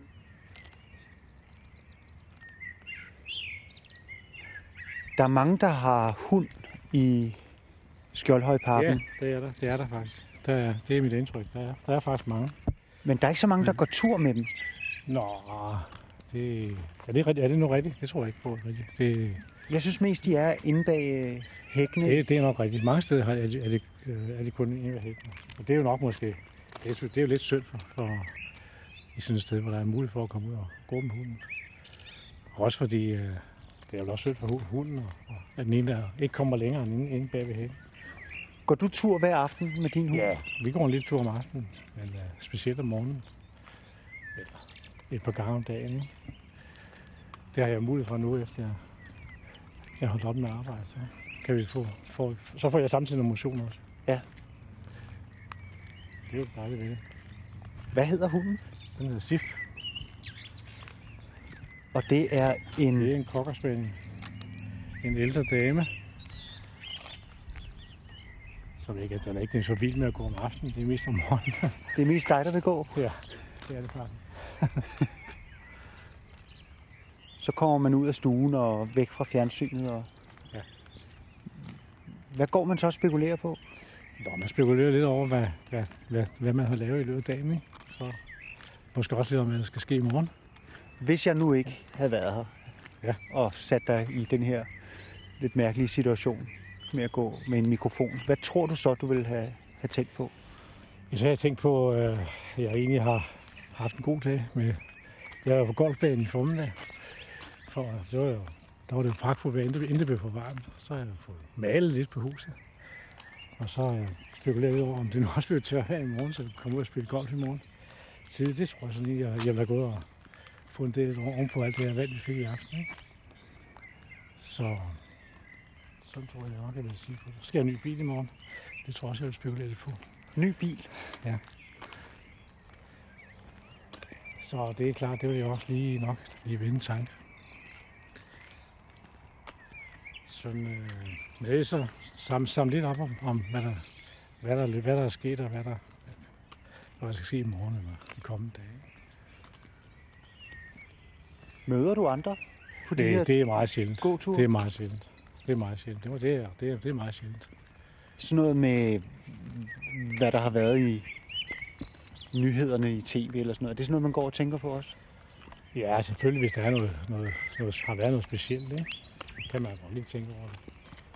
Der er mange, der har hund i Skjoldhøjparken. Ja, det er der. Det er der faktisk. Der er, det er mit indtryk. Der er, der er faktisk mange. Men der er ikke så mange, der går tur med dem. Nå, det, er, det, er det nu rigtigt? Det tror jeg ikke på. Rigtigt. Det, jeg synes mest, de er inde bag hækkene. Det, det er nok rigtigt. Mange steder er de, er de, er de kun inde bag hækkene. Og det er jo nok måske... Det er, det er jo lidt synd for, for i sådan et sted, hvor der er mulighed for at komme ud og gå med hunden. Også fordi... Det er jo også synd for hunden, og at den ene der ikke kommer længere end inde bag ved hækken. Går du tur hver aften med din hund? Ja, vi går en lille tur om aftenen, men uh, specielt om morgenen. Eller et par gange om dagen. Ikke? Det har jeg mulighed for nu, efter jeg, jeg har holdt op med arbejde. Så, kan vi få, få, så får jeg samtidig noget motion også. Ja. Det er jo dejligt ved det. Hvad hedder hunden? Den hedder Sif. Og det er en... Det er en cockerspaniel. En ældre dame. Så det er ikke, den er ikke så vild med at gå om aftenen. Det er mest om morgenen. Det er mest dig, der vil gå? Ja, det er det faktisk. Så kommer man ud af stuen og væk fra fjernsynet. Og... Ja. Hvad går man så og spekulerer på? Nå, man spekulerer lidt over, hvad, hvad, hvad, hvad man har lavet i løbet af dagen. Ikke? Så måske også lidt om, hvad der skal ske i morgen. Hvis jeg nu ikke havde været her, ja. og sat dig i den her lidt mærkelige situation med at gå med en mikrofon, hvad tror du så, du ville have, have tænkt på? Så har jeg tænkt på, at øh, jeg egentlig har haft en god dag med... Jeg var på golfbanen i formiddag, for det var jo, der var det jo pragtfuldt, at det ikke blev for varmt. Så har jeg fået malet lidt på huset, og så har jeg spekuleret lidt over, om det nu også bliver tør her i morgen, så jeg kan komme ud og spille golf i morgen. Så det tror jeg sådan lige, at jeg vil have gået og få en del oven på alt det her vand, vi fik i aften. Ikke? Så sådan tror jeg nok, jeg vil sige på det. Så skal jeg have en ny bil i morgen. Det tror jeg også, jeg vil spekulere lidt på. Ny bil? Ja. Så det er klart, det vil jeg også lige nok lige vende tanke. Sådan, øh, men så samle sam lidt op om, om hvad, der, hvad, der, hvad der er sket, og hvad der, hvad der skal ske i morgen eller de kommende dage. Møder du andre? Det, det er meget sjældent. God tur? Det er meget sjældent. Det er meget sjældent. Det, var det, det, er, det er meget sjældent. Sådan noget med, hvad der har været i nyhederne i tv eller sådan noget. Er det sådan noget, man går og tænker på også? Ja, selvfølgelig, hvis der er noget, noget, noget, har været noget specielt, ikke? Kan man godt lige tænke over det.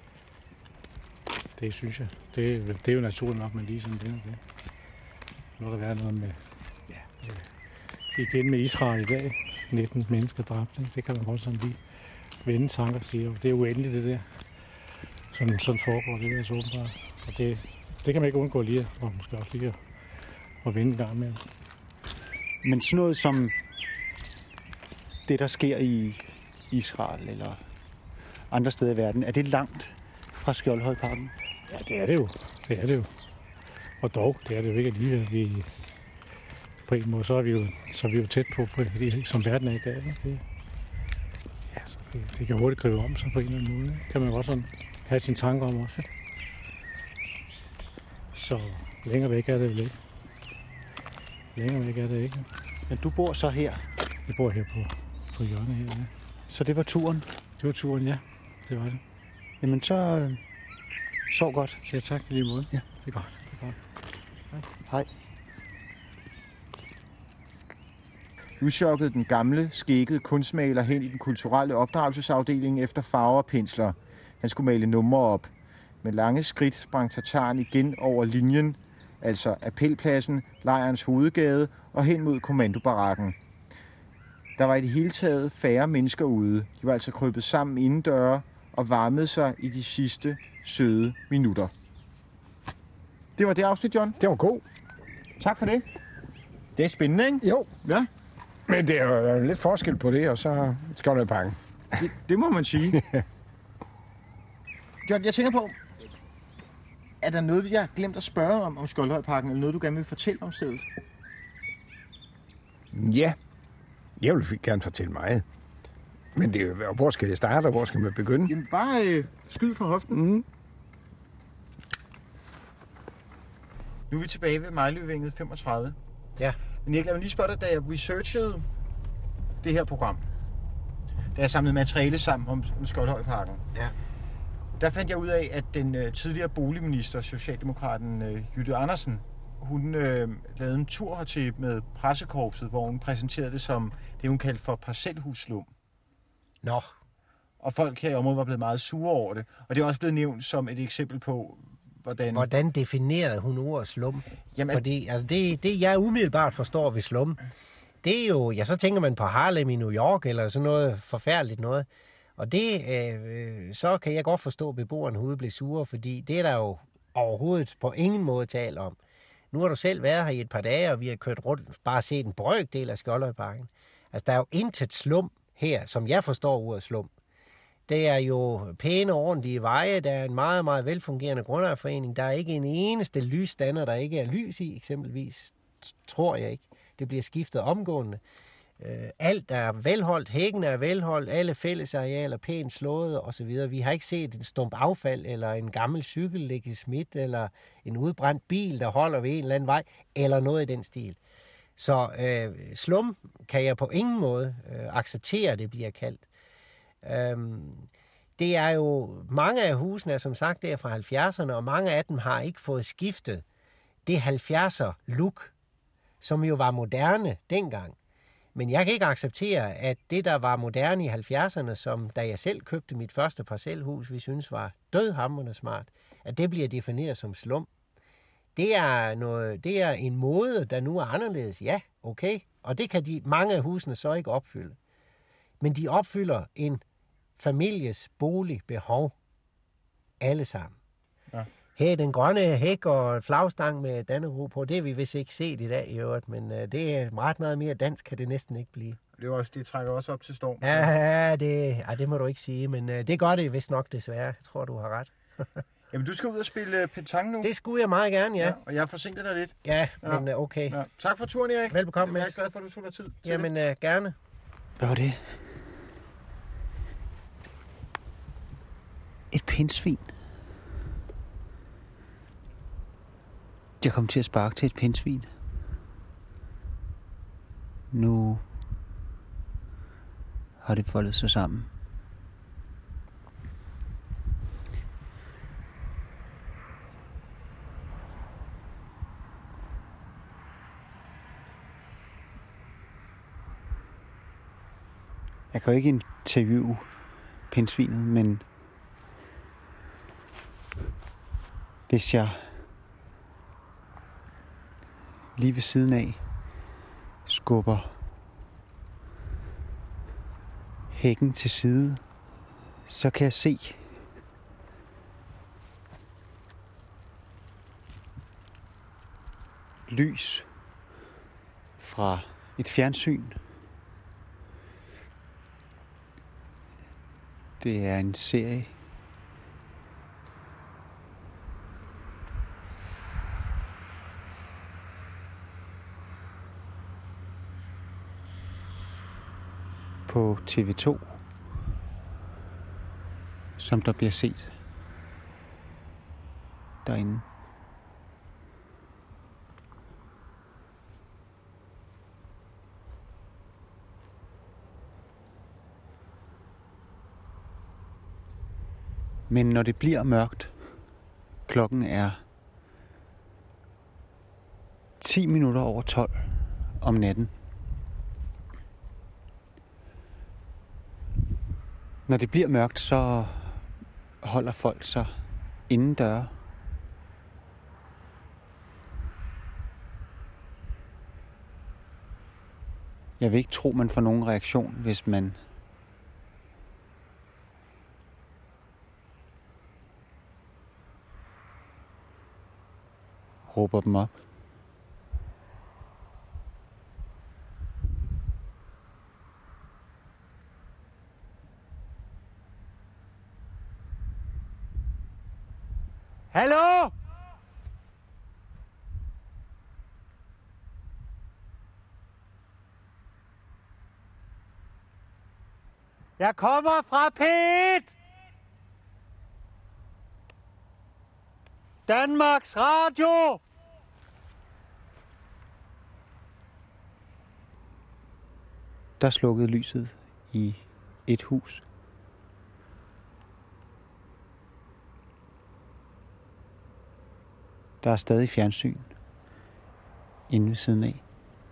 Det synes jeg. Det, det er jo naturligt nok, man lige sådan det. det. Nu har der været noget med, ja, med, igen med Israel i dag. nitten mennesker dræbt, ikke? Det kan man godt sådan lige vende tanker og sige. Det er uendeligt, det der. Sådan, sådan foregår det der så åbenbart. Og det, det kan man ikke undgå lige, og måske også lige at, at vende en gang med. Men sådan noget som det, der sker i Israel eller andre steder i verden, er det langt fra Skjoldhøjparken? Ja, det er det jo. Det er det jo. Og dog, det er det jo ikke alligevel. Vi, på en måde, så er vi jo, så er vi jo tæt på, på det, som verden er i dag. Det, ja, så det, det kan hurtigt gribe om sig på en eller anden måde. Kan man jo også sådan have sine tanker om også. Så længere væk er det vel ikke. Længere væk er det ikke. Men du bor så her? Jeg bor her på, på hjørnet her, ja. Så det var turen? Det var turen, ja. Det var det. Jamen så øh, sov godt. Ja, tak. Lige måde. Ja. Det er godt. Det er godt. Hej. Hej. Nu chokkede den gamle, skæggede kunstmaler hen i den kulturelle opdragelsesafdeling efter farver og pensler. Han skulle male numre op. Med lange skridt sprang Tataren igen over linjen, altså appelpladsen, lejrens hovedgade og hen mod kommandobarakken. Der var i det hele taget færre mennesker ude. De var altså krybet sammen indendøre og varmede sig i de sidste søde minutter. Det var det afsnit, John. Det var god. Tak for det. Det er spændende, ikke? Jo. Ja. Men det er jo lidt forskel på det, og så Skjoldhøjparken. Det, det må man sige. John, jeg tænker på, er der noget, jeg har glemt at spørge om, om Skjoldhøjparken, eller noget, du gerne vil fortælle om stedet? Ja, jeg vil gerne fortælle meget. Men det er jo, hvor skal jeg starte, og hvor skal man begynde? Jamen bare øh, skyd fra hoften. Mm. Nu er vi tilbage ved Mejløvænget femogtredive. Ja. Men jeg vil lige spørge dig, da jeg researchede det her program, da jeg samlede materiale sammen om, om Skjoldhøjparken, ja. Der fandt jeg ud af, at den øh, tidligere boligminister, socialdemokraten øh, Jytte Andersen, hun øh, lavede en tur hertil med pressekorpset, hvor hun præsenterede det som det, hun kaldte for parcelhusslum. Nå. Og folk her i området var blevet meget sure over det. Og det er også blevet nævnt som et eksempel på, hvordan... Hvordan definerede hun ordet slum? Jamen, Fordi altså det, det, jeg umiddelbart forstår ved slum, det er jo... Ja, så tænker man på Harlem i New York, eller sådan noget forfærdeligt noget. Og det, øh, så kan jeg godt forstå, at beboerne herude blev sure, fordi det er der jo overhovedet på ingen måde tale om. Nu har du selv været her i et par dage, og vi har kørt rundt, bare set en brøkdel af Skjoldhøjparken. Altså, der er jo intet slum her, som jeg forstår ordet slum. Det er jo pæne, ordentlige veje, der er en meget, meget velfungerende grundejerforening. Der er ikke en eneste lysstander, der ikke er lys i, eksempelvis. Tror jeg ikke. Det bliver skiftet omgående. Alt er velholdt, hækken er velholdt, alle fællesarealer pænt slået osv. Vi har ikke set en stump affald, eller en gammel cykel ligge smidt, eller en udbrændt bil, der holder ved en eller anden vej, eller noget i den stil. Så øh, slum kan jeg på ingen måde øh, acceptere, det bliver kaldt. Øhm, det er jo, mange af husene er som sagt der fra halvfjerdserne, og mange af dem har ikke fået skiftet det halvfjerdser look, som jo var moderne dengang. Men jeg kan ikke acceptere, at det, der var moderne i halvfjerdserne, som da jeg selv købte mit første parcelhus, vi synes var dødhamrende smart, at det bliver defineret som slum. Det er, noget, det er en måde, der nu er anderledes. Ja, okay. Og det kan de mange af husene så ikke opfylde. Men de opfylder en families boligbehov. Alle sammen. Ja. Her den grønne hæk og flagstang med Dannebrog på, det har vi vist ikke set i dag i øvrigt, men det er ret meget mere dansk, kan det næsten ikke blive. Det, er også, det trækker også op til storm. Ja, det, ja, det må du ikke sige, men det gør det vist nok desværre. Jeg tror, du har ret. Jamen, du skal ud og spille petanque nu. Det skulle jeg meget gerne, ja. ja og jeg har forsinket dig lidt. Ja, ja. men okay. Ja. Tak for turen, Erik. Velbekomme, Jeg er glad for, at du tog dig tid til Jamen, det. Uh, gerne. Hvad var det? Et pindsvin. Jeg kom til at sparke til et pindsvin. Nu har det foldet sig sammen. Jeg kan jo ikke interviewe pindsvinet, men hvis jeg lige ved siden af skubber hækken til side, så kan jeg se lys fra et fjernsyn. Det er en serie. På T V to, som der bliver set derinde. Men når det bliver mørkt, klokken er ti minutter over tolv om natten. Når det bliver mørkt, så holder folk sig indendøre. Jeg vil ikke tro, man får nogen reaktion, hvis man råber dem op. Hallo? Jeg kommer fra P et. Danmarks Radio. Der slukkede lyset i et hus. Der er stadig fjernsyn inde ved siden af.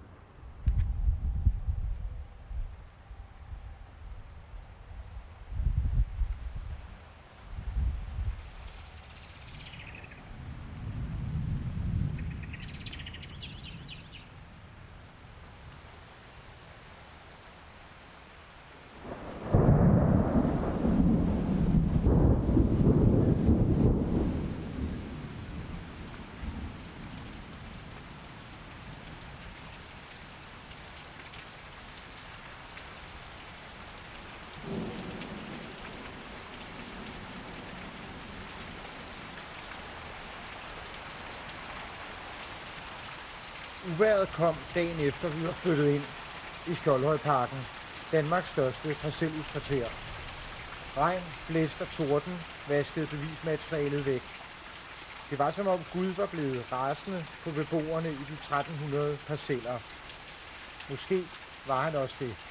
Uvejret kom dagen efter, vi var flyttet ind i Skjoldhøjparken, Danmarks største parcelhuskvarter. Regn, blæst og torden vaskede bevismaterialet væk. Det var som om Gud var blevet rasende på beboerne i de tretten hundrede parceller. Måske var han også det.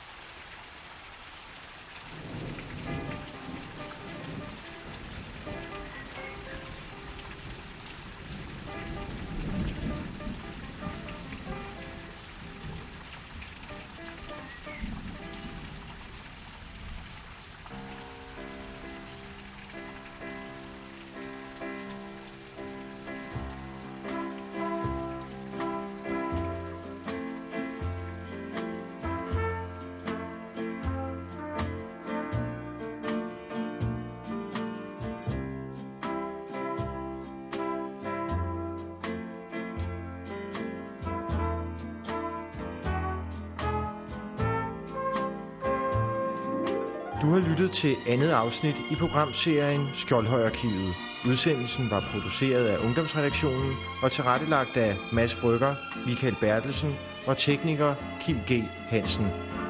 Du har lyttet til andet afsnit i programserien Skjoldhøjarkivet. Udsendelsen var produceret af Ungdomsredaktionen og tilrettelagt af Mads Brygger, Michael Bertelsen og tekniker Kim G. Hansen.